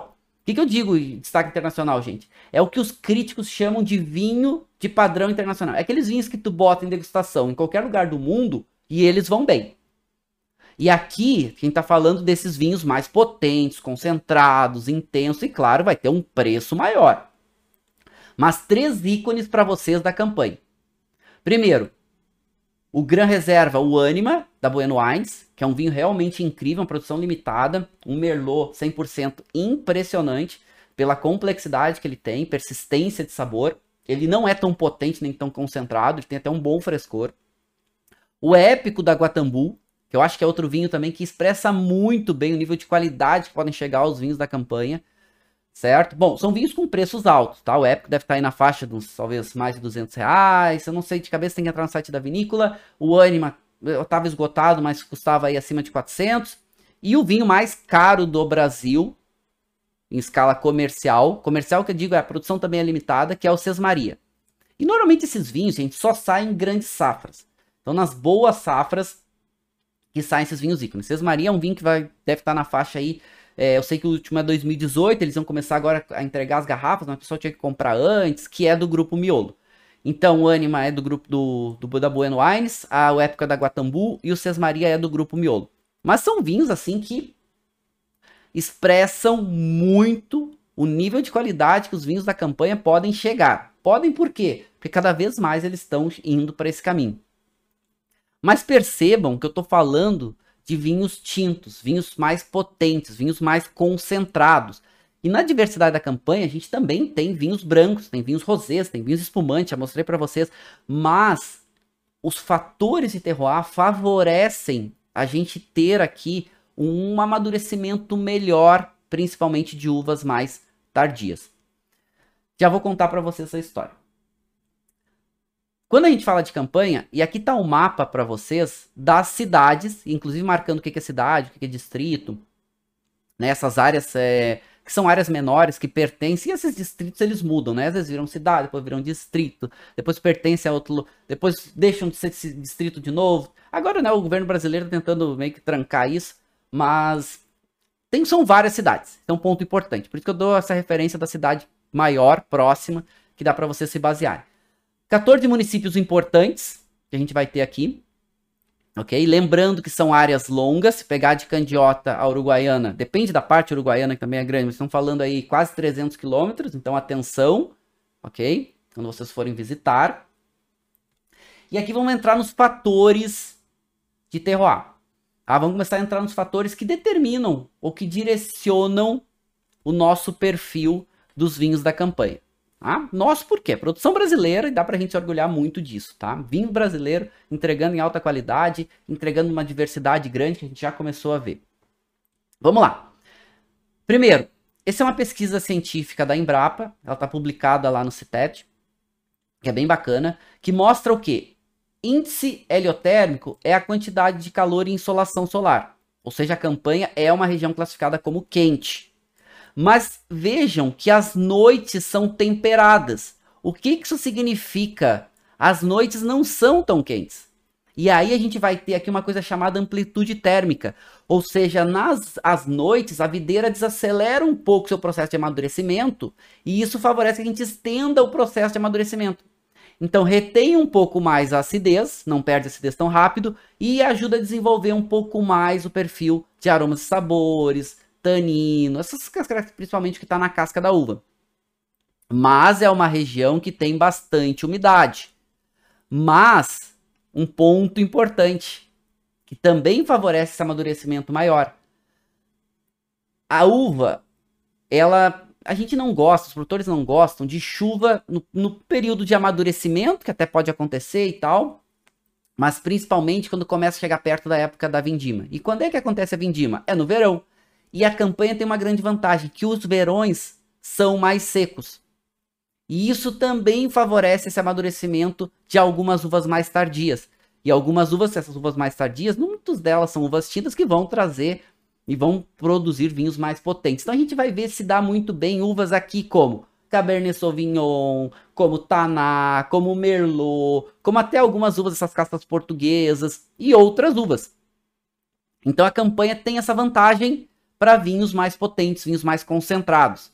que eu digo em destaque internacional, gente? É o que os críticos chamam de vinho de padrão internacional. É aqueles vinhos que tu bota em degustação em qualquer lugar do mundo e eles vão bem. E aqui, quem tá falando desses vinhos mais potentes, concentrados, intensos, e claro, vai ter um preço maior. Mas 3 ícones para vocês da campanha. Primeiro, o Gran Reserva, o Anima, da Bueno Wines, que é um vinho realmente incrível, uma produção limitada, um Merlot 100% impressionante, pela complexidade que ele tem, persistência de sabor. Ele não é tão potente nem tão concentrado, ele tem até um bom frescor. O Épico da Guatambu, que eu acho que é outro vinho também que expressa muito bem o nível de qualidade que podem chegar aos vinhos da campanha, certo? Bom, são vinhos com preços altos, tá? O Épico deve estar aí na faixa de uns, talvez, mais de R$200, eu não sei de cabeça, tem que entrar no site da vinícola. O Anima, eu estava esgotado, mas custava aí acima de 400. E o vinho mais caro do Brasil, em escala comercial que eu digo, a produção também é limitada, que é o Sesmaria. E normalmente esses vinhos, gente, só saem em grandes safras. Então, nas boas safras, que saem esses vinhos ícones. Sesmaria é um vinho que deve estar na faixa aí, eu sei que o último é 2018, eles vão começar agora a entregar as garrafas, mas o pessoal tinha que comprar antes, que é do grupo Miolo. Então o Anima é do grupo da Bueno Wines, o Época da Guatambu e o Sesmaria é do grupo Miolo. Mas são vinhos assim que expressam muito o nível de qualidade que os vinhos da campanha podem chegar. Podem por quê? Porque cada vez mais eles estão indo para esse caminho. Mas percebam que eu estou falando de vinhos tintos, vinhos mais potentes, vinhos mais concentrados. E na diversidade da campanha, a gente também tem vinhos brancos, tem vinhos rosés, tem vinhos espumantes, já mostrei para vocês. Mas os fatores de terroir favorecem a gente ter aqui um amadurecimento melhor, principalmente de uvas mais tardias. Já vou contar para vocês essa história. Quando a gente fala de campanha, e aqui está um mapa para vocês das cidades, inclusive marcando o que é cidade, o que é distrito, né? Essas áreas que são áreas menores que pertencem, e esses distritos eles mudam, né? Às vezes viram cidade, depois viram distrito, depois pertencem a outro, depois deixam de ser distrito de novo. Agora, né, o governo brasileiro está tentando meio que trancar isso, mas são várias cidades, é um ponto importante. Por isso que eu dou essa referência da cidade maior, próxima, que dá para você se basear. 14 municípios importantes que a gente vai ter aqui, ok? Lembrando que são áreas longas, se pegar de Candiota a Uruguaiana, depende da parte uruguaiana que também é grande, mas estão falando aí quase 300 quilômetros, então atenção, ok? Quando vocês forem visitar. E aqui vamos entrar nos fatores de terroir. Vamos começar a entrar nos fatores que determinam ou que direcionam o nosso perfil dos vinhos da campanha. Nosso por quê? Produção brasileira, e dá pra gente se orgulhar muito disso, tá? Vinho brasileiro entregando em alta qualidade, entregando uma diversidade grande que a gente já começou a ver. Vamos lá. Primeiro, essa é uma pesquisa científica da Embrapa, ela tá publicada lá no CITED, que é bem bacana, que mostra o quê? Índice heliotérmico é a quantidade de calor e insolação solar, ou seja, a campanha é uma região classificada como quente. Mas vejam que as noites são temperadas. O que isso significa? As noites não são tão quentes. E aí a gente vai ter aqui uma coisa chamada amplitude térmica. Ou seja, nas noites a videira desacelera um pouco seu processo de amadurecimento. E isso favorece que a gente estenda o processo de amadurecimento. Então retém um pouco mais a acidez, não perde a acidez tão rápido. E ajuda a desenvolver um pouco mais o perfil de aromas e sabores, tanino, essas características principalmente que está na casca da uva. Mas é uma região que tem bastante umidade. Mas um ponto importante, que também favorece esse amadurecimento maior. A uva, a gente não gosta, os produtores não gostam de chuva no período de amadurecimento, que até pode acontecer e tal, mas principalmente quando começa a chegar perto da época da vindima. E quando é que acontece a vindima? É no verão. E a campanha tem uma grande vantagem, que os verões são mais secos. E isso também favorece esse amadurecimento de algumas uvas mais tardias. E algumas uvas, essas uvas mais tardias, muitas delas são uvas tintas que vão trazer e vão produzir vinhos mais potentes. Então a gente vai ver se dá muito bem uvas aqui como Cabernet Sauvignon, como Taná, como Merlot, como até algumas uvas dessas castas portuguesas e outras uvas. Então a campanha tem essa vantagem para vinhos mais potentes, vinhos mais concentrados.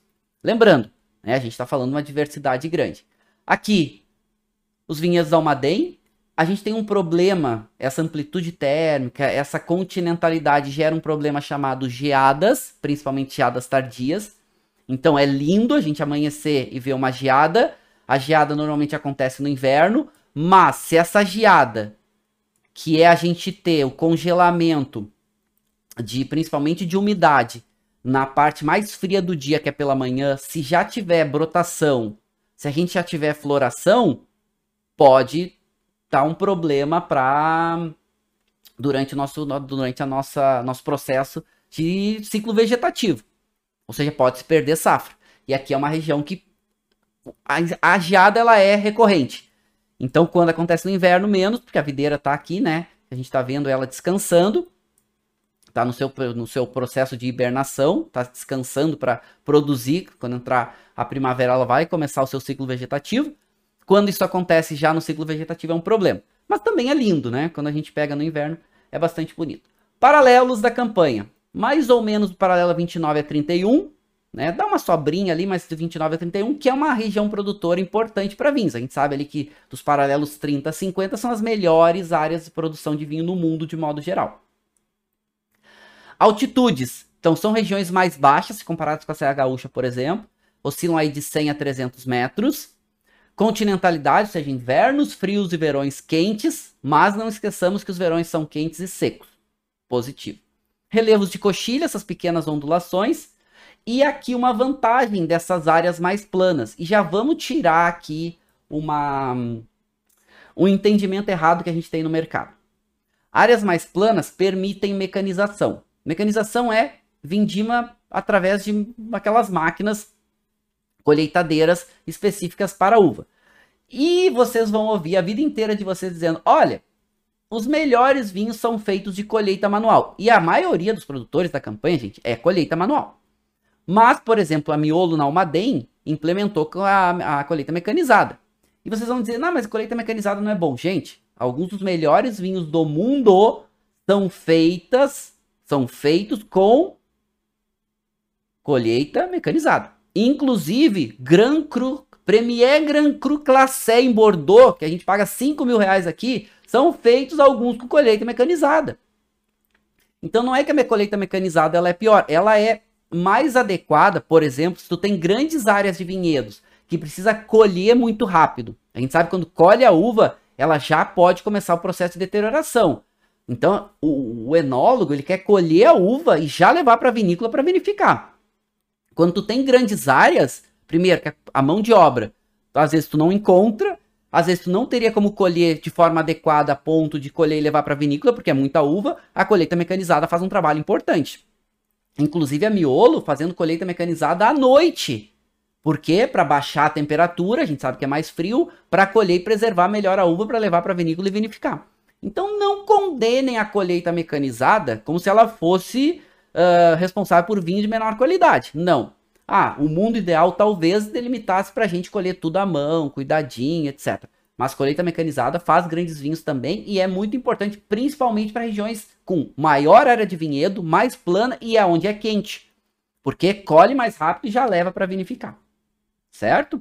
Lembrando, né, a gente está falando de uma diversidade grande. Aqui, os vinhedos da Almaden, a gente tem um problema, essa amplitude térmica, essa continentalidade gera um problema chamado geadas, principalmente geadas tardias. Então é lindo a gente amanhecer e ver uma geada. A geada normalmente acontece no inverno, mas se essa geada, que é a gente ter o congelamento principalmente de umidade na parte mais fria do dia, que é pela manhã, se já tiver brotação, se a gente já tiver floração, pode dar um problema durante nosso processo de ciclo vegetativo. Ou seja, pode se perder safra. E aqui é uma região que a geada ela é recorrente. Então, quando acontece no inverno, menos, porque a videira está aqui, né? A gente está vendo ela descansando. Está no seu processo de hibernação, está descansando para produzir. Quando entrar a primavera, ela vai começar o seu ciclo vegetativo. Quando isso acontece já no ciclo vegetativo é um problema. Mas também é lindo, né? Quando a gente pega no inverno, é bastante bonito. Paralelos da campanha. Mais ou menos do paralelo 29 a 31, né? Dá uma sobrinha ali, mas de 29 a 31, que é uma região produtora importante para vinhos. A gente sabe ali que dos paralelos 30 a 50 são as melhores áreas de produção de vinho no mundo de modo geral. Altitudes. Então, são regiões mais baixas, se comparadas com a Serra Gaúcha, por exemplo. Oscilam aí de 100 a 300 metros. Continentalidade, ou seja, invernos frios e verões quentes, mas não esqueçamos que os verões são quentes e secos. Positivo. Relevos de coxilha, essas pequenas ondulações. E aqui uma vantagem dessas áreas mais planas. E já vamos tirar aqui um entendimento errado que a gente tem no mercado. Áreas mais planas permitem mecanização. Mecanização é vindima através de aquelas máquinas colheitadeiras específicas para uva. E vocês vão ouvir a vida inteira de vocês dizendo, olha, os melhores vinhos são feitos de colheita manual. E a maioria dos produtores da campanha, gente, é colheita manual. Mas, por exemplo, a Miolo na Almaden implementou a colheita mecanizada. E vocês vão dizer, não, mas a colheita mecanizada não é bom. Gente, alguns dos melhores vinhos do mundo são feitos com colheita mecanizada. Inclusive, Premier Grand Cru Classé em Bordeaux, que a gente paga 5 mil reais aqui, são feitos alguns com colheita mecanizada. Então não é que a colheita mecanizada ela é pior, ela é mais adequada, por exemplo, se tu tem grandes áreas de vinhedos que precisa colher muito rápido. A gente sabe que quando colhe a uva, ela já pode começar o processo de deterioração. Então, o enólogo, ele quer colher a uva e já levar para a vinícola para vinificar. Quando tu tem grandes áreas, primeiro, a mão de obra, às vezes tu não encontra, às vezes tu não teria como colher de forma adequada a ponto de colher e levar para a vinícola, porque é muita uva, a colheita mecanizada faz um trabalho importante. Inclusive a Miolo fazendo colheita mecanizada à noite. Por quê? Para baixar a temperatura, a gente sabe que é mais frio, para colher e preservar melhor a uva para levar para a vinícola e vinificar. Então não condenem a colheita mecanizada como se ela fosse responsável por vinho de menor qualidade. Não. O mundo ideal talvez delimitasse para a gente colher tudo à mão, cuidadinho, etc. Mas colheita mecanizada faz grandes vinhos também e é muito importante, principalmente para regiões com maior área de vinhedo, mais plana e onde é quente. Porque colhe mais rápido e já leva para vinificar. Certo?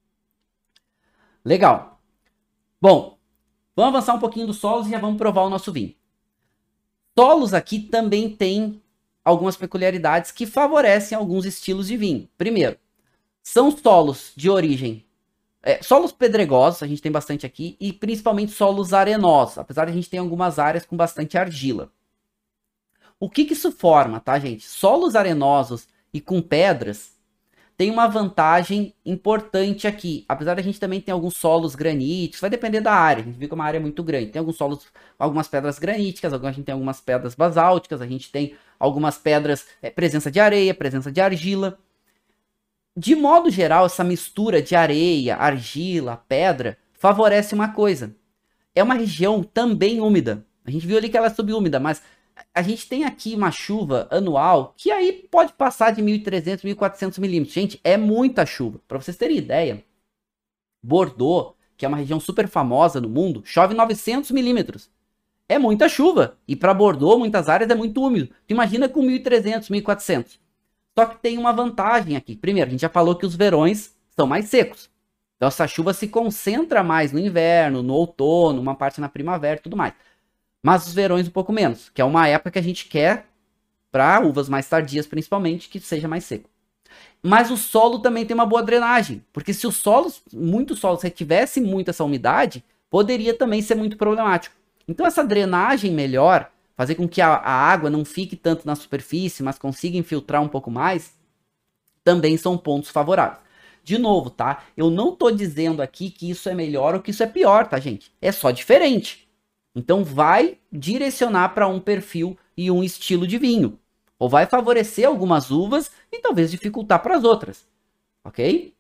Legal. Bom, vamos avançar um pouquinho dos solos e já vamos provar o nosso vinho. Solos aqui também tem algumas peculiaridades que favorecem alguns estilos de vinho. Primeiro, são solos de origem, solos pedregosos, a gente tem bastante aqui, e principalmente solos arenosos, apesar de a gente ter algumas áreas com bastante argila. O que isso forma, tá, gente? Solos arenosos e com pedras tem uma vantagem importante aqui, apesar de a gente também ter alguns solos graníticos, vai depender da área, a gente viu que é uma área muito grande, tem alguns solos, algumas pedras graníticas, a gente tem algumas pedras basálticas, a gente tem algumas pedras, presença de areia, presença de argila. De modo geral, essa mistura de areia, argila, pedra, favorece uma coisa, é uma região também úmida, a gente viu ali que ela é subúmida, mas a gente tem aqui uma chuva anual que aí pode passar de 1.300, 1.400 milímetros. Gente, é muita chuva. Para vocês terem ideia, Bordeaux, que é uma região super famosa no mundo, chove 900 milímetros. É muita chuva. E para Bordeaux, muitas áreas é muito úmido. Tu imagina com 1.300, 1.400. Só que tem uma vantagem aqui. Primeiro, a gente já falou que os verões são mais secos. Então essa chuva se concentra mais no inverno, no outono, uma parte na primavera e tudo mais. Mas os verões um pouco menos, que é uma época que a gente quer, para uvas mais tardias principalmente, que seja mais seco. Mas o solo também tem uma boa drenagem, porque se o solo, muito solo, se tivesse muito essa umidade, poderia também ser muito problemático. Então essa drenagem melhor, fazer com que a água não fique tanto na superfície, mas consiga infiltrar um pouco mais, também são pontos favoráveis. De novo, tá? Eu não tô dizendo aqui que isso é melhor ou que isso é pior, tá, gente? É só diferente. Então vai direcionar para um perfil e um estilo de vinho. Ou vai favorecer algumas uvas e talvez dificultar para as outras. Ok?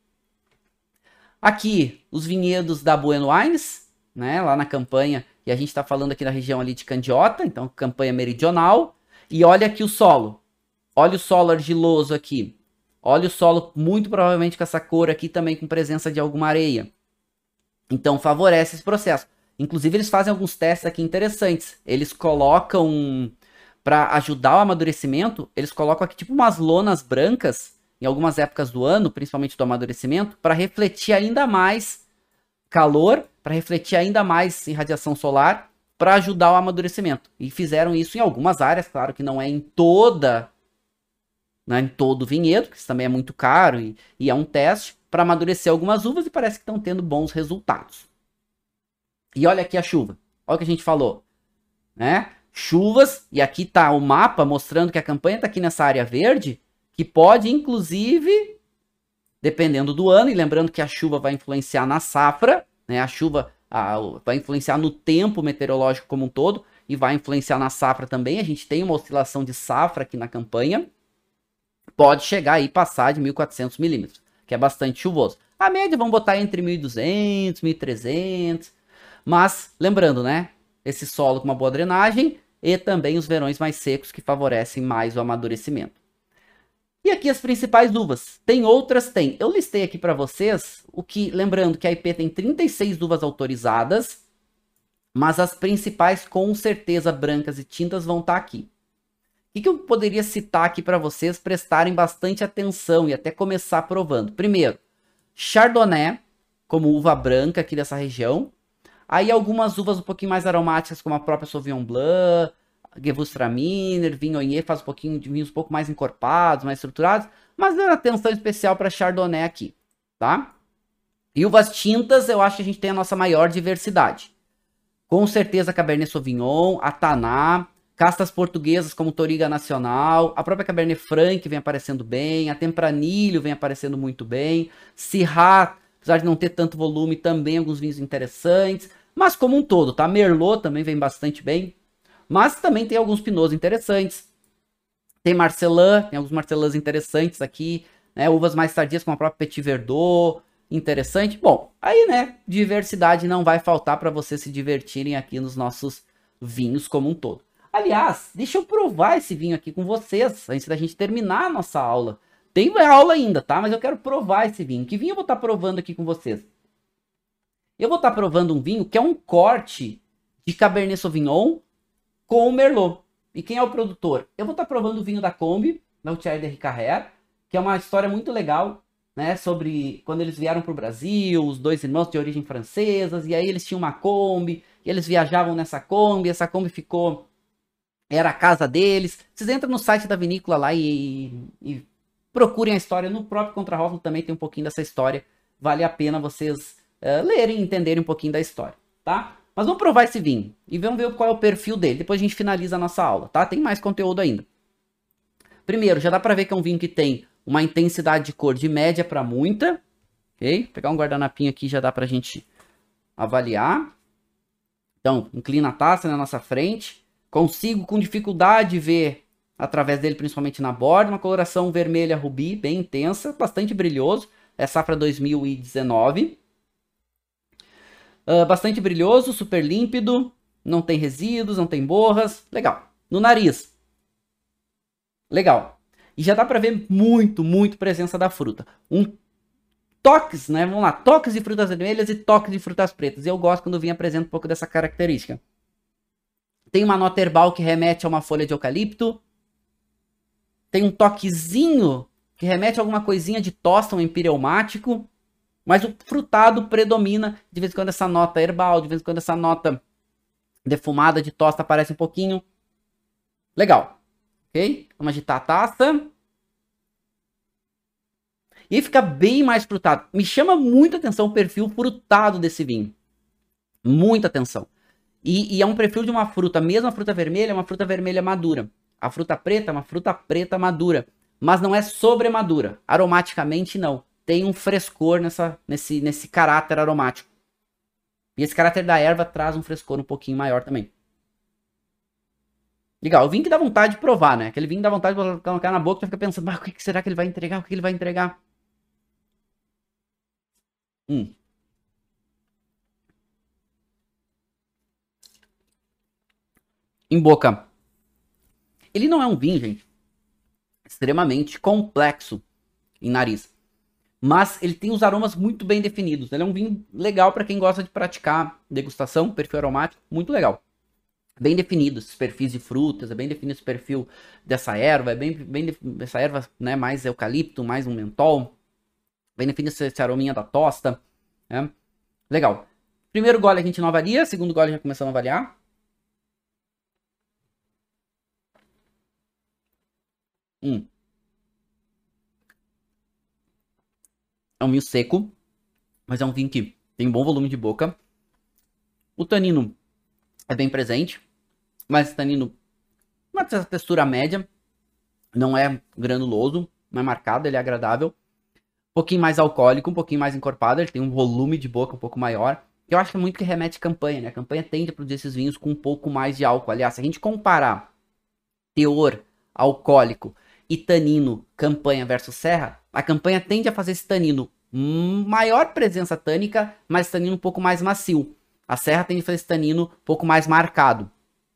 Aqui, os vinhedos da Bueno Wines, né? Lá na campanha. E a gente está falando aqui da região ali de Candiota. Então, campanha meridional. E olha aqui o solo. Olha o solo argiloso aqui. Olha o solo muito provavelmente com essa cor aqui também com presença de alguma areia. Então, favorece esse processo. Inclusive, eles fazem alguns testes aqui interessantes. Eles colocam, para ajudar o amadurecimento, eles colocam aqui tipo umas lonas brancas, em algumas épocas do ano, principalmente do amadurecimento, para refletir ainda mais calor, para refletir ainda mais irradiação solar, para ajudar o amadurecimento. E fizeram isso em algumas áreas, claro que não é em toda, né, em todo o vinhedo, que isso também é muito caro e é um teste, para amadurecer algumas uvas e parece que estão tendo bons resultados. E olha aqui a chuva. Olha o que a gente falou, né? Chuvas, e aqui tá o mapa mostrando que a campanha tá aqui nessa área verde, que pode, inclusive, dependendo do ano, e lembrando que a chuva vai influenciar na safra, né? A chuva vai influenciar no tempo meteorológico como um todo, e vai influenciar na safra também. A gente tem uma oscilação de safra aqui na campanha. Pode chegar aí, passar de 1.400 milímetros, que é bastante chuvoso. A média vamos botar entre 1.200, 1.300... Mas, lembrando, né? Esse solo com uma boa drenagem e também os verões mais secos que favorecem mais o amadurecimento. E aqui as principais uvas. Tem outras? Tem. Eu listei aqui para vocês o que, lembrando que a IP tem 36 uvas autorizadas, mas as principais com certeza brancas e tintas vão estar aqui. O que eu poderia citar aqui para vocês prestarem bastante atenção e até começar provando? Primeiro, Chardonnay como uva branca aqui dessa região. Aí algumas uvas um pouquinho mais aromáticas, como a própria Sauvignon Blanc, Gewürztraminer, Viognier, faz um pouquinho de vinhos um pouco mais encorpados, mais estruturados, mas dando atenção especial para Chardonnay aqui, tá? E uvas tintas, eu acho que a gente tem a nossa maior diversidade. Com certeza Cabernet Sauvignon, a Taná, castas portuguesas como Touriga Nacional, a própria Cabernet Franc vem aparecendo bem, a Tempranillo vem aparecendo muito bem, Syrah, apesar de não ter tanto volume, também alguns vinhos interessantes. Mas como um todo, tá? Merlot também vem bastante bem. Mas também tem alguns Pinots interessantes. Tem Marcelin, tem alguns Marcelins interessantes aqui, né? Uvas mais tardias, como a própria Petit Verdot, interessante. Bom, aí, né? Diversidade não vai faltar para vocês se divertirem aqui nos nossos vinhos como um todo. Aliás, deixa eu provar esse vinho aqui com vocês, antes da gente terminar a nossa aula. Tem aula ainda, tá? Mas eu quero provar esse vinho. Que vinho eu vou estar provando aqui com vocês? Eu vou estar provando um vinho que é um corte de Cabernet Sauvignon com o Merlot. E quem é o produtor? Eu vou estar provando o vinho da Combi, da Thierry de Ricarrer, que é uma história muito legal, né? Sobre quando eles vieram para o Brasil, os dois irmãos de origem francesas, e aí eles tinham uma Kombi, e eles viajavam nessa Kombi, essa Kombi ficou... Era a casa deles. Vocês entram no site da vinícola lá e procurem a história. No próprio Contrarótulo também tem um pouquinho dessa história. Vale a pena vocês lerem e entenderem um pouquinho da história, tá? Mas vamos provar esse vinho e vamos ver qual é o perfil dele. Depois a gente finaliza a nossa aula, tá? Tem mais conteúdo ainda. Primeiro, já dá pra ver que é um vinho que tem uma intensidade de cor de média para muita. Ok? Vou pegar um guardanapinho aqui, já dá pra gente avaliar. Então, inclina a taça na nossa frente. Consigo com dificuldade ver através dele, principalmente na borda, uma coloração vermelha rubi, bem intensa, bastante brilhoso. É safra 2019. Bastante brilhoso, super límpido, não tem resíduos, não tem borras. Legal. No nariz. Legal. E já dá pra ver muito presença da fruta. Toques, né? Vamos lá. Toques de frutas vermelhas e toques de frutas pretas. Eu gosto quando o vinho apresenta um pouco dessa característica. Tem uma nota herbal que remete a uma folha de eucalipto. tem um toquezinho que remete a alguma coisinha de tosta, um empireumático, mas o frutado predomina. De vez em quando essa nota herbal, de vez em quando essa nota defumada de tosta aparece um pouquinho. Legal. Ok? Vamos agitar a taça. E aí fica bem mais frutado. Me chama muita atenção o perfil frutado desse vinho. Muita atenção. E é um perfil de uma fruta, mesmo a fruta vermelha, é uma fruta vermelha madura. A fruta preta é uma fruta preta madura. Mas não é sobremadura. Aromaticamente, não. Tem um frescor nesse caráter aromático. E esse caráter da erva traz um frescor um pouquinho maior também. Legal, o vinho que dá vontade de provar, né? Aquele vinho que dá vontade de colocar na boca e fica pensando, o que será que ele vai entregar? O que ele vai entregar? Em boca. Ele não é um vinho, gente, extremamente complexo em nariz. Mas ele tem os aromas muito bem definidos. Ele é um vinho legal para quem gosta de praticar degustação, perfil aromático, muito legal. Bem definido esses perfis de frutas, é bem definido esse perfil dessa erva, é bem essa erva, né, mais eucalipto, mais um mentol. Bem definido esse arominha da tosta, né? Legal. Primeiro gole a gente não avalia, segundo gole já começamos a avaliar. É um vinho seco, mas é um vinho que tem um bom volume de boca. O tanino é bem presente, mas tanino uma textura média, não é granuloso, não é marcado, ele é agradável. Um pouquinho mais alcoólico, um pouquinho mais encorpado, ele tem um volume de boca um pouco maior. Eu acho que é muito que remete à campanha, né? A campanha tende a produzir esses vinhos com um pouco mais de álcool. Aliás, se a gente comparar teor alcoólico e tanino, campanha versus serra, a campanha tende a fazer esse tanino maior presença tânica, mas tanino um pouco mais macio. A serra tende a fazer esse tanino um pouco mais marcado.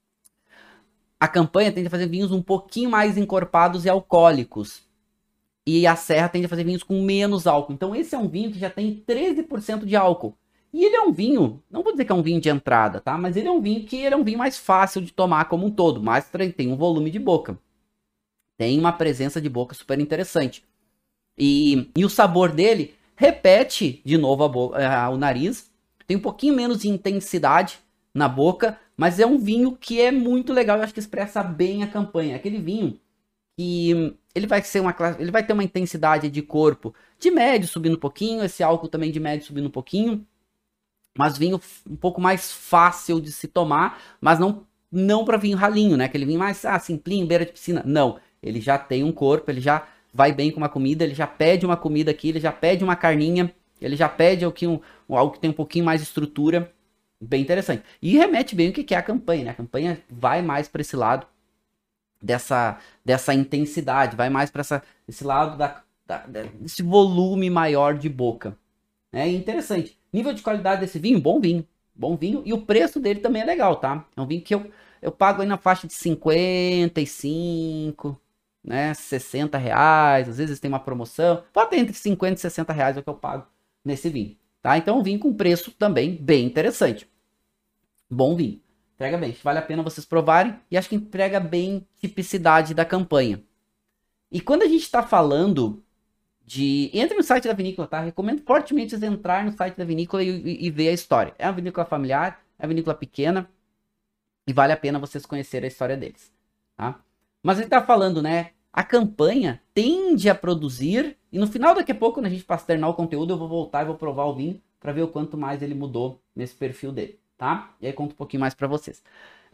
A campanha tende a fazer vinhos um pouquinho mais encorpados e alcoólicos. E a serra tende a fazer vinhos com menos álcool. Então esse é um vinho que já tem 13% de álcool. E ele é um vinho, não vou dizer que é um vinho de entrada, tá? Mas ele é um vinho que ele é um vinho mais fácil de tomar como um todo. Mas tem um volume de boca. Tem uma presença de boca super interessante. E o sabor dele repete de novo o nariz. Tem um pouquinho menos de intensidade na boca. Mas é um vinho que é muito legal. Eu acho que expressa bem a campanha. Aquele vinho que ele vai ter uma intensidade de corpo de médio subindo um pouquinho. Esse álcool também de médio subindo um pouquinho. Mas vinho um pouco mais fácil de se tomar. Mas não para vinho ralinho, né? Aquele vinho mais simplinho, beira de piscina. Não. Ele já tem um corpo, ele já vai bem com uma comida, ele já pede uma comida aqui, ele já pede uma carninha, ele já pede algo que tem um pouquinho mais de estrutura. Bem interessante. E remete bem o que é a campanha, né? A campanha vai mais para esse lado dessa intensidade, vai mais para esse lado desse volume maior de boca. É interessante. Nível de qualidade desse vinho, bom vinho. Bom vinho. E o preço dele também é legal, tá? É um vinho que eu pago aí na faixa de 55, né, 60 reais, às vezes tem uma promoção, pode ter entre 50 e 60 reais é o que eu pago nesse vinho, tá? Então um vinho com preço também bem interessante. Bom vinho, entrega bem, vale a pena vocês provarem e acho que entrega bem tipicidade da campanha. E quando a gente tá falando entre no site da vinícola, tá? Recomendo fortemente vocês entrarem no site da vinícola e ver a história. É uma vinícola familiar, é uma vinícola pequena e vale a pena vocês conhecerem a história deles, tá? Mas ele tá falando, né? A campanha tende a produzir, e no final daqui a pouco, quando a gente externar o conteúdo, eu vou voltar e vou provar o vinho para ver o quanto mais ele mudou nesse perfil dele, tá? E aí conto um pouquinho mais para vocês.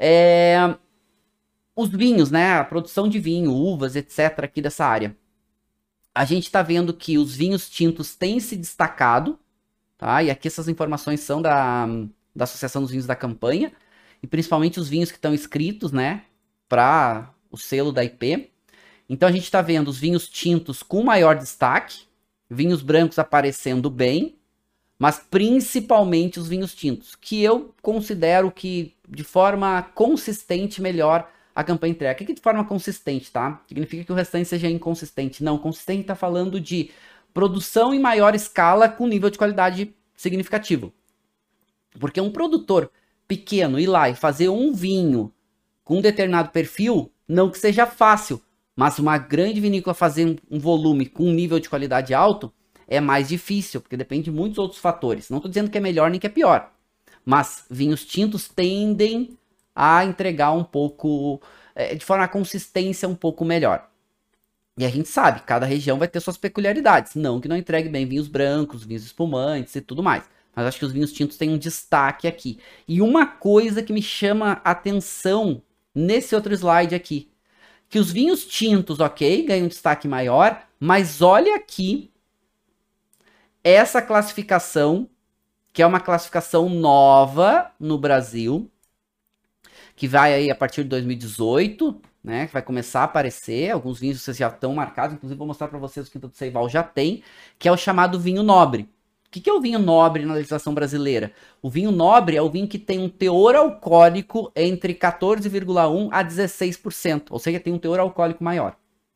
Os vinhos, né? A produção de vinho, uvas, etc. aqui dessa área. A gente tá vendo que os vinhos tintos têm se destacado, tá? E aqui essas informações são da Associação dos Vinhos da Campanha, e principalmente os vinhos que estão escritos, né? Para o selo da IP. Então a gente está vendo os vinhos tintos com maior destaque, vinhos brancos aparecendo bem, mas principalmente os vinhos tintos, que eu considero que de forma consistente melhor a campanha entrega. O que é de forma consistente, tá? Significa que o restante seja inconsistente. Não, consistente está falando de produção em maior escala com nível de qualidade significativo. Porque um produtor pequeno ir lá e fazer um vinho com um determinado perfil, não que seja fácil, Mas uma grande vinícola fazer um volume com um nível de qualidade alto é mais difícil, porque depende de muitos outros fatores. Não estou dizendo que é melhor nem que é pior, mas vinhos tintos tendem a entregar um pouco, de forma a consistência um pouco melhor. E a gente sabe, cada região vai ter suas peculiaridades. Não que não entregue bem vinhos brancos, vinhos espumantes e tudo mais. Mas acho que os vinhos tintos têm um destaque aqui. E uma coisa que me chama a atenção nesse outro slide aqui, que os vinhos tintos, ok, ganham um destaque maior, mas olha aqui essa classificação, que é uma classificação nova no Brasil, que vai aí a partir de 2018, né, que vai começar a aparecer, alguns vinhos vocês já estão marcados, inclusive vou mostrar para vocês o Quinta do Ceival já tem, que é o chamado vinho nobre. O que é o vinho nobre na legislação brasileira? O vinho nobre é o vinho que tem um teor alcoólico entre 14,1% a 16%, ou seja, tem um teor alcoólico maior.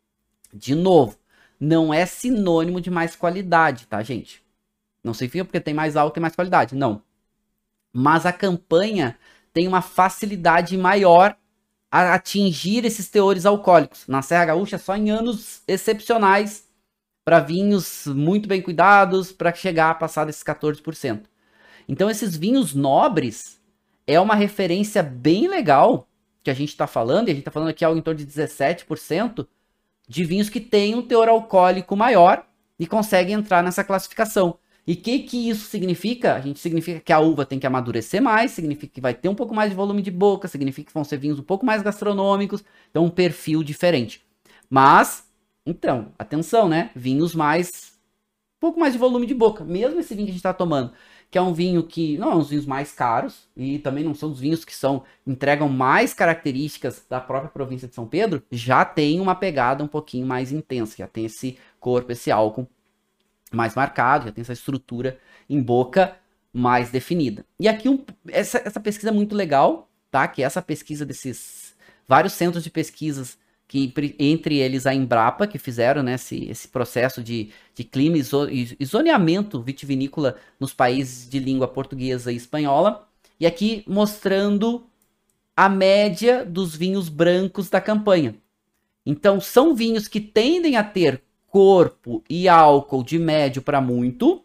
De novo, não é sinônimo de mais qualidade, tá, gente? Não significa porque tem mais álcool tem mais qualidade, não. Mas a campanha tem uma facilidade maior a atingir esses teores alcoólicos. Na Serra Gaúcha, só em anos excepcionais, para vinhos muito bem cuidados, para chegar a passar desses 14%. Então, esses vinhos nobres é uma referência bem legal que a gente está falando, e a gente está falando aqui algo em torno de 17% de vinhos que têm um teor alcoólico maior e conseguem entrar nessa classificação. E o que isso significa? A gente significa que a uva tem que amadurecer mais, significa que vai ter um pouco mais de volume de boca, significa que vão ser vinhos um pouco mais gastronômicos, então um perfil diferente. Mas, então, atenção, né? Vinhos mais, um pouco mais de volume de boca. Mesmo esse vinho que a gente está tomando, que é um vinho que não é um dos vinhos mais caros, e também não são os vinhos que entregam mais características da própria província de São Pedro, já tem uma pegada um pouquinho mais intensa, já tem esse corpo, esse álcool mais marcado, já tem essa estrutura em boca mais definida. E aqui essa pesquisa é muito legal, tá? Que é essa pesquisa desses vários centros de pesquisas, que entre eles a Embrapa, que fizeram, né, esse processo de clima e zoneamento vitivinícola nos países de língua portuguesa e espanhola. E aqui mostrando a média dos vinhos brancos da campanha. Então são vinhos que tendem a ter corpo e álcool de médio para muito,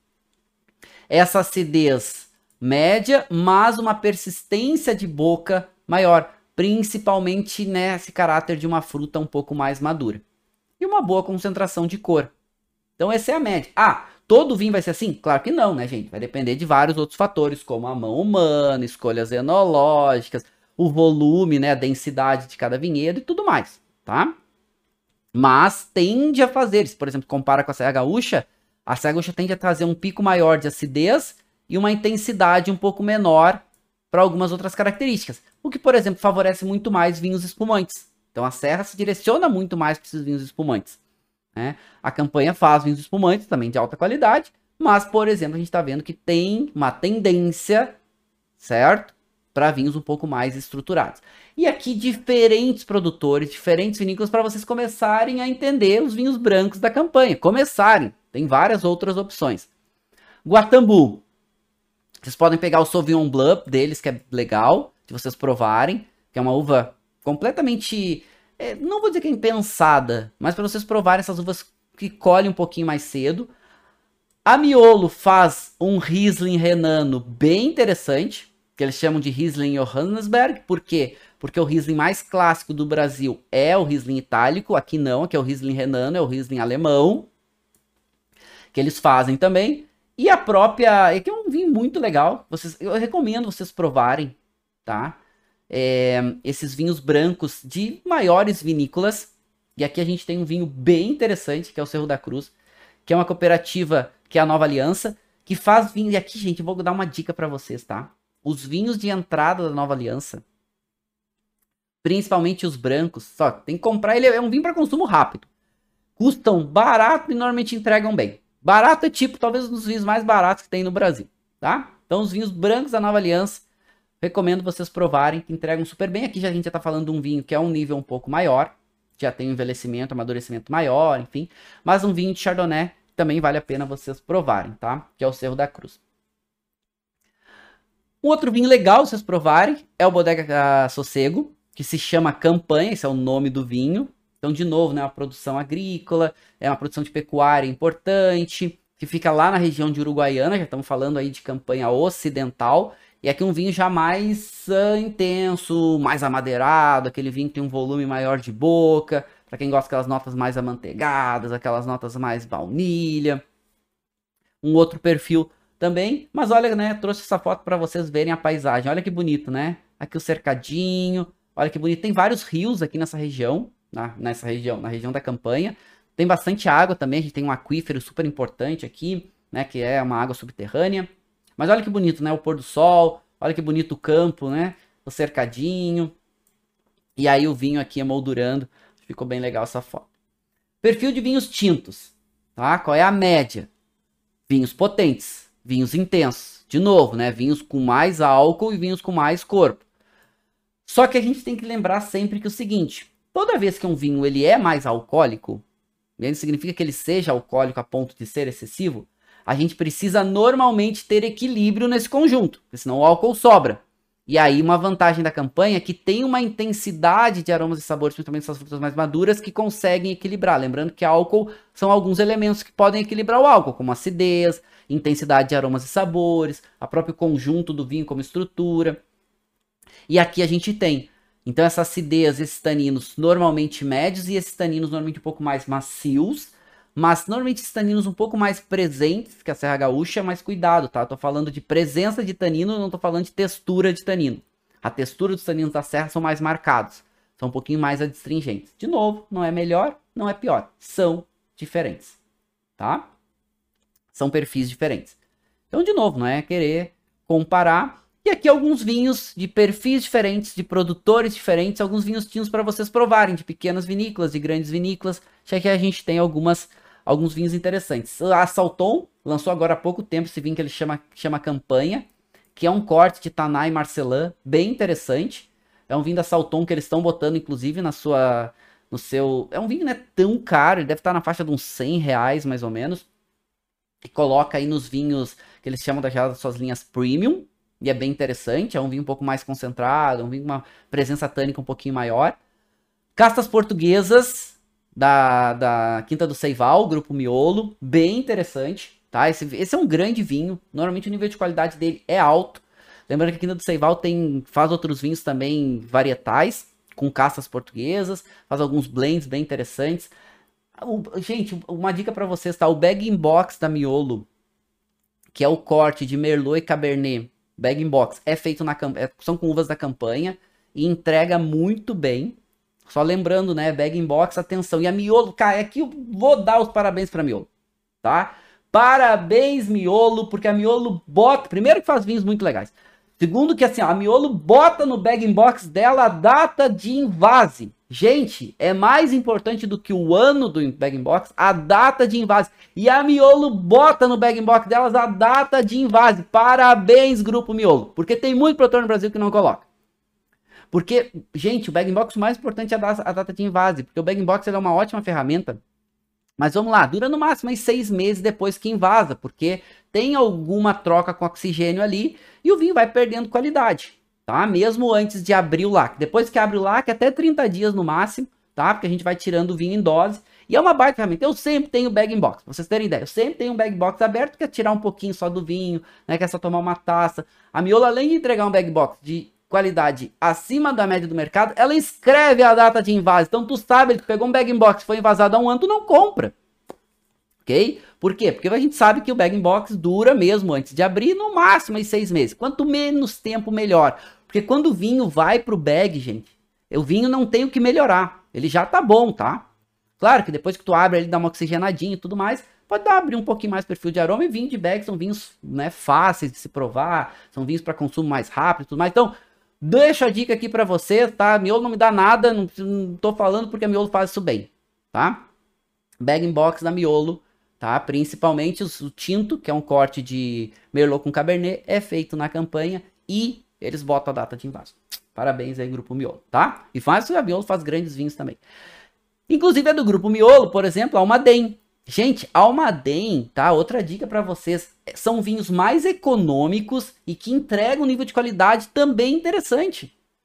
essa acidez média, mas uma persistência de boca maior, principalmente nesse caráter de uma fruta um pouco mais madura. E uma boa concentração de cor. Então essa é a média. Ah, todo vinho vai ser assim? Claro que não, né, gente? Vai depender de vários outros fatores, como a mão humana, escolhas enológicas, o volume, né, a densidade de cada vinhedo e tudo mais, tá? Mas tende a fazer, se por exemplo compara com a Serra Gaúcha tende a trazer um pico maior de acidez e uma intensidade um pouco menor para algumas outras características. O que, por exemplo, favorece muito mais vinhos espumantes. Então a Serra se direciona muito mais para esses vinhos espumantes, né? A campanha faz vinhos espumantes também de alta qualidade, mas, por exemplo, a gente está vendo que tem uma tendência, certo? Para vinhos um pouco mais estruturados. E aqui diferentes produtores, diferentes vinícolas para vocês começarem a entender os vinhos brancos da campanha. Começarem, tem várias outras opções. Guatambu, vocês podem pegar o Sauvignon Blanc deles, que é legal de vocês provarem, que é uma uva completamente, não vou dizer que é impensada, mas para vocês provarem essas uvas que colhem um pouquinho mais cedo. A Miolo faz um Riesling renano bem interessante, que eles chamam de Riesling Johannesberg. Por quê? Porque o Riesling mais clássico do Brasil é o Riesling itálico, aqui não, aqui é o Riesling renano, é o Riesling alemão, que eles fazem também. E a própria, que é um vinho muito legal, eu recomendo vocês provarem, tá? Esses vinhos brancos de maiores vinícolas. E aqui a gente tem um vinho bem interessante, que é o Cerro da Cruz, que é uma cooperativa, que é a Nova Aliança, que faz vinho. E aqui, gente, eu vou dar uma dica para vocês, tá? Os vinhos de entrada da Nova Aliança, principalmente os brancos, só tem que comprar, ele é um vinho para consumo rápido. Custam barato e normalmente entregam bem. Barato é tipo, talvez um dos vinhos mais baratos que tem no Brasil, tá? Então os vinhos brancos da Nova Aliança, recomendo vocês provarem, que entregam super bem. Aqui a gente já tá falando de um vinho que é um nível um pouco maior, já tem um envelhecimento, amadurecimento maior, enfim. Mas um vinho de Chardonnay também vale a pena vocês provarem, tá? Que é o Cerro da Cruz. Um outro vinho legal vocês provarem é o Bodega Sossego, que se chama Campanha, esse é o nome do vinho, Então, de novo, né, uma produção agrícola, é uma produção de pecuária importante, que fica lá na região de Uruguaiana, já estamos falando aí de campanha ocidental, e aqui um vinho já mais intenso, mais amadeirado, aquele vinho que tem um volume maior de boca, para quem gosta daquelas notas mais amanteigadas, aquelas notas mais baunilha. Um outro perfil também, mas olha, né, trouxe essa foto para vocês verem a paisagem, olha que bonito, né? Aqui o cercadinho, olha que bonito, tem vários rios aqui nessa região, na região da campanha, tem bastante água também, a gente tem um aquífero super importante aqui, né, que é uma água subterrânea, mas olha que bonito, né, o pôr do sol, olha que bonito o campo, né, o cercadinho, e aí o vinho aqui emoldurando, ficou bem legal essa foto. Perfil de vinhos tintos, tá, qual é a média? Vinhos potentes, vinhos intensos, de novo, né, vinhos com mais álcool e vinhos com mais corpo. Só que a gente tem que lembrar sempre que o seguinte, toda vez que um vinho ele é mais alcoólico, isso significa que ele seja alcoólico a ponto de ser excessivo, a gente precisa normalmente ter equilíbrio nesse conjunto, porque senão o álcool sobra. E aí uma vantagem da campanha é que tem uma intensidade de aromas e sabores, principalmente essas frutas mais maduras, que conseguem equilibrar. Lembrando que álcool são alguns elementos que podem equilibrar o álcool, como acidez, intensidade de aromas e sabores, o próprio conjunto do vinho como estrutura. E aqui a gente tem, então, essa acidez, esses taninos normalmente médios e esses taninos normalmente um pouco mais macios, mas normalmente esses taninos um pouco mais presentes que a Serra Gaúcha, mas cuidado, tá? Eu tô falando de presença de tanino, não tô falando de textura de tanino. A textura dos taninos da Serra são mais marcados, são um pouquinho mais adstringentes. De novo, não é melhor, não é pior, são diferentes, tá? São perfis diferentes. Então, de novo, não é querer comparar. E aqui alguns vinhos de perfis diferentes, de produtores diferentes, alguns vinhos tintos para vocês provarem, de pequenas vinícolas, de grandes vinícolas, já que a gente tem alguns vinhos interessantes. A Salton lançou agora há pouco tempo esse vinho que ele chama Campanha, que é um corte de Taná e Marcelin, bem interessante. É um vinho da Salton que eles estão botando, inclusive, no seu... É um vinho não é tão caro, ele deve estar na faixa de uns R$100, mais ou menos. E coloca aí nos vinhos que eles chamam das suas linhas premium, e é bem interessante, é um vinho um pouco mais concentrado, um vinho com uma presença tânica um pouquinho maior. Castas portuguesas da Quinta do Seival, Grupo Miolo, bem interessante, tá? Esse é um grande vinho, normalmente o nível de qualidade dele é alto. Lembrando que a Quinta do Seival faz outros vinhos também varietais, com castas portuguesas, faz alguns blends bem interessantes. Gente, uma dica para vocês, tá? O bag-in-box da Miolo, que é o corte de Merlot e Cabernet, bag-in-box, é feito são com uvas da campanha e entrega muito bem. Só lembrando, né, bag-in-box, atenção. E a Miolo, cara, aqui eu vou dar os parabéns pra Miolo, tá? Parabéns, Miolo, porque a Miolo bota... Primeiro que faz vinhos muito legais. Segundo que, assim, a Miolo bota no bag-in-box dela a data de invase. Gente, é mais importante do que o ano do bag-in-box, a data de invase. E a Miolo bota no bag-in-box delas a data de invase. Parabéns, Grupo Miolo. Porque tem muito produtor no Brasil que não coloca. Porque, gente, o bag-in-box mais importante é a data de invase. Porque o bag-in-box é uma ótima ferramenta. Mas vamos lá, dura no máximo 6 meses depois que invasa. Porque tem alguma troca com oxigênio ali e o vinho vai perdendo qualidade. Tá? Mesmo antes de abrir o lacre. Depois que abre o lacre, até 30 dias no máximo, tá? Porque a gente vai tirando o vinho em dose. E é uma baita ferramenta. Eu sempre tenho bag-in-box, pra vocês terem ideia. Eu sempre tenho um bag-in-box aberto, que é tirar um pouquinho só do vinho, né? Que é só tomar uma taça. A Miolo, além de entregar um bag-in-box de qualidade acima da média do mercado, ela escreve a data de invase. Então tu sabe, ele pegou um bag-in-box, foi invasado há um ano, tu não compra. Ok? Por quê? Porque a gente sabe que o bag-in-box dura mesmo antes de abrir, no máximo aí 6 meses. Quanto menos tempo, melhor. Porque quando o vinho vai pro bag, gente, o vinho não tem o que melhorar. Ele já tá bom, tá? Claro que depois que tu abre, ele dá uma oxigenadinha e tudo mais, pode abrir um pouquinho mais perfil de aroma. E vinho de bag são vinhos, né, fáceis de se provar, são vinhos para consumo mais rápido e tudo mais. Então, deixo a dica aqui para você, tá? Miolo não me dá nada, não tô falando porque a Miolo faz isso bem, tá? Bag-in-box da Miolo, tá? Principalmente o tinto, que é um corte de Merlot com Cabernet, é feito na campanha e eles botam a data de invasão. Parabéns aí, Grupo Miolo, tá? E a Miolo faz grandes vinhos também. Inclusive é do Grupo Miolo, por exemplo, a Almaden. Gente, a Almaden, tá? Outra dica para vocês, são vinhos mais econômicos e que entregam um nível de qualidade também interessante.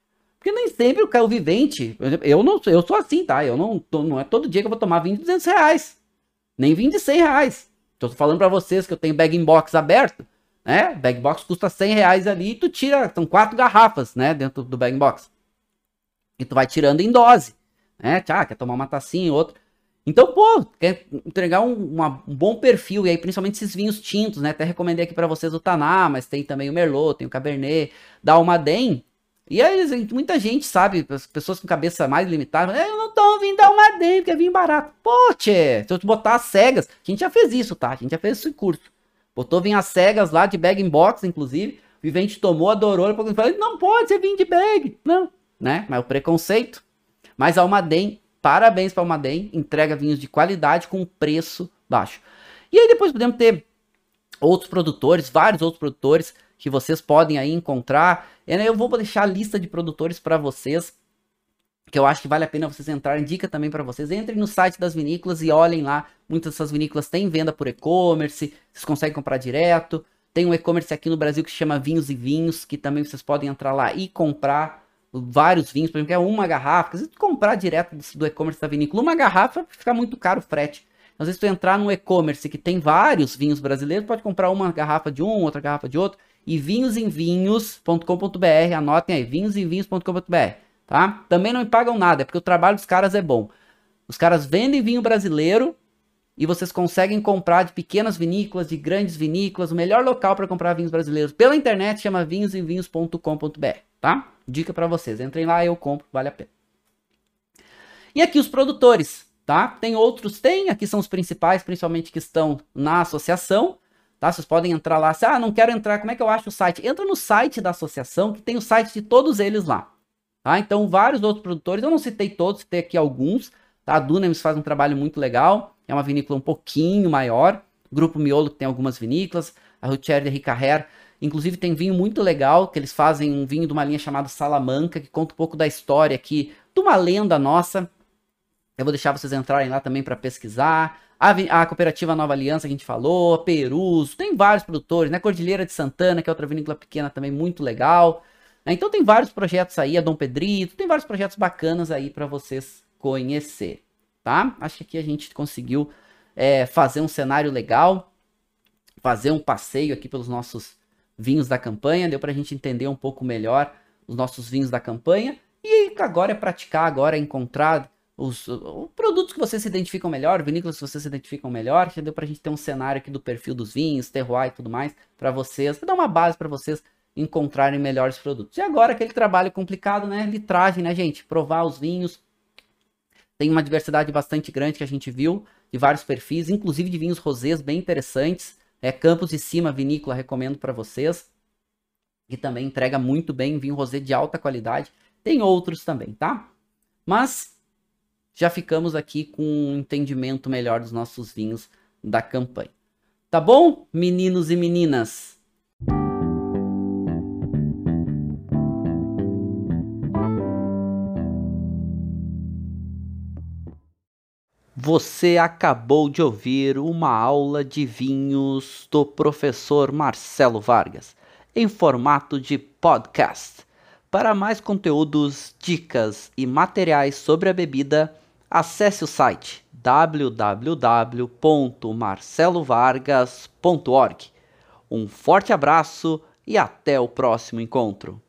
Porque nem sempre o vivente, eu sou assim, tá? Não é todo dia que eu vou tomar vinho de R$200, nem vinho de R$100. Tô falando pra vocês que eu tenho bag-in-box aberto, né? Bag-box custa R$100 ali e tu tira, são 4 garrafas, né, dentro do bag-box. E tu vai tirando em dose, né? Quer tomar uma tacinha, outra. Então, pô, quer entregar um bom perfil, e aí principalmente esses vinhos tintos, né? Até recomendei aqui pra vocês o Taná, mas tem também o Merlot, tem o Cabernet, da Almaden. E aí, muita gente sabe, as pessoas com cabeça mais limitada, eu não tomo vinho da Almaden, porque é vinho barato. Pô, tchê, se eu te botar as cegas, a gente já fez isso, tá? A gente já fez isso em curso. Botou vinho às cegas lá, de bag-in-box, inclusive, o vivente tomou, adorou, ele falou, não pode ser vinho de bag, não, né? Mas o preconceito. Mas a Almaden, parabéns para a Almaden, entrega vinhos de qualidade com preço baixo. E aí depois podemos ter outros produtores, vários outros produtores que vocês podem aí encontrar. Eu vou deixar a lista de produtores para vocês, que eu acho que vale a pena vocês entrarem. Dica também para vocês, entrem no site das vinícolas e olhem lá. Muitas dessas vinícolas têm venda por e-commerce, vocês conseguem comprar direto. Tem um e-commerce aqui no Brasil que se chama Vinhos e Vinhos, que também vocês podem entrar lá e comprar vários vinhos, por exemplo, é uma garrafa. Se tu comprar direto do e-commerce da vinícola, uma garrafa fica muito caro o frete. Às vezes tu entrar no e-commerce que tem vários vinhos brasileiros, pode comprar uma garrafa de um, outra garrafa de outro, e vinhosemvinhos.com.br, anotem aí, vinhosemvinhos.com.br, tá? Também não me pagam nada, é porque o trabalho dos caras é bom. Os caras vendem vinho brasileiro e vocês conseguem comprar de pequenas vinícolas, de grandes vinícolas. O melhor local para comprar vinhos brasileiros pela internet chama vinhosemvinhos.com.br, tá? Dica para vocês, entrem lá, eu compro, vale a pena. E aqui os produtores, tá? Tem outros, aqui são os principais, principalmente que estão na associação, tá? Vocês podem entrar lá, não quero entrar, como é que eu acho o site? Entra no site da associação, que tem o site de todos eles lá, tá? Então, vários outros produtores, eu não citei todos, citei aqui alguns, tá? A Dunamis faz um trabalho muito legal, é uma vinícola um pouquinho maior, o Grupo Miolo que tem algumas vinícolas, a Rutière de Ricaher, inclusive tem vinho muito legal, que eles fazem um vinho de uma linha chamada Salamanca, que conta um pouco da história aqui, de uma lenda nossa. Eu vou deixar vocês entrarem lá também para pesquisar. A Cooperativa Nova Aliança que a gente falou, a Peruso, tem vários produtores, né? Cordilheira de Santana, que é outra vinícola pequena também muito legal. Então tem vários projetos aí, a Dom Pedrito, tem vários projetos bacanas aí para vocês conhecer, tá? Acho que aqui a gente conseguiu fazer um cenário legal, fazer um passeio aqui pelos nossos vinhos da campanha, deu pra gente entender um pouco melhor os nossos vinhos da campanha, e agora é praticar, agora é encontrar os produtos que vocês se identificam melhor, vinícolas que vocês se identificam melhor, já deu pra gente ter um cenário aqui do perfil dos vinhos, terroir e tudo mais, pra vocês, pra dar uma base pra vocês encontrarem melhores produtos. E agora aquele trabalho complicado, né, litragem, né, gente, provar os vinhos, tem uma diversidade bastante grande que a gente viu, de vários perfis, inclusive de vinhos rosés bem interessantes, Campos de Cima Vinícola, recomendo para vocês. Que também entrega muito bem vinho rosé de alta qualidade. Tem outros também, tá? Mas já ficamos aqui com um entendimento melhor dos nossos vinhos da campanha. Tá bom, meninos e meninas? Você acabou de ouvir uma aula de vinhos do professor Marcelo Vargas, em formato de podcast. Para mais conteúdos, dicas e materiais sobre a bebida, acesse o site www.marcelovargas.org. Um forte abraço e até o próximo encontro.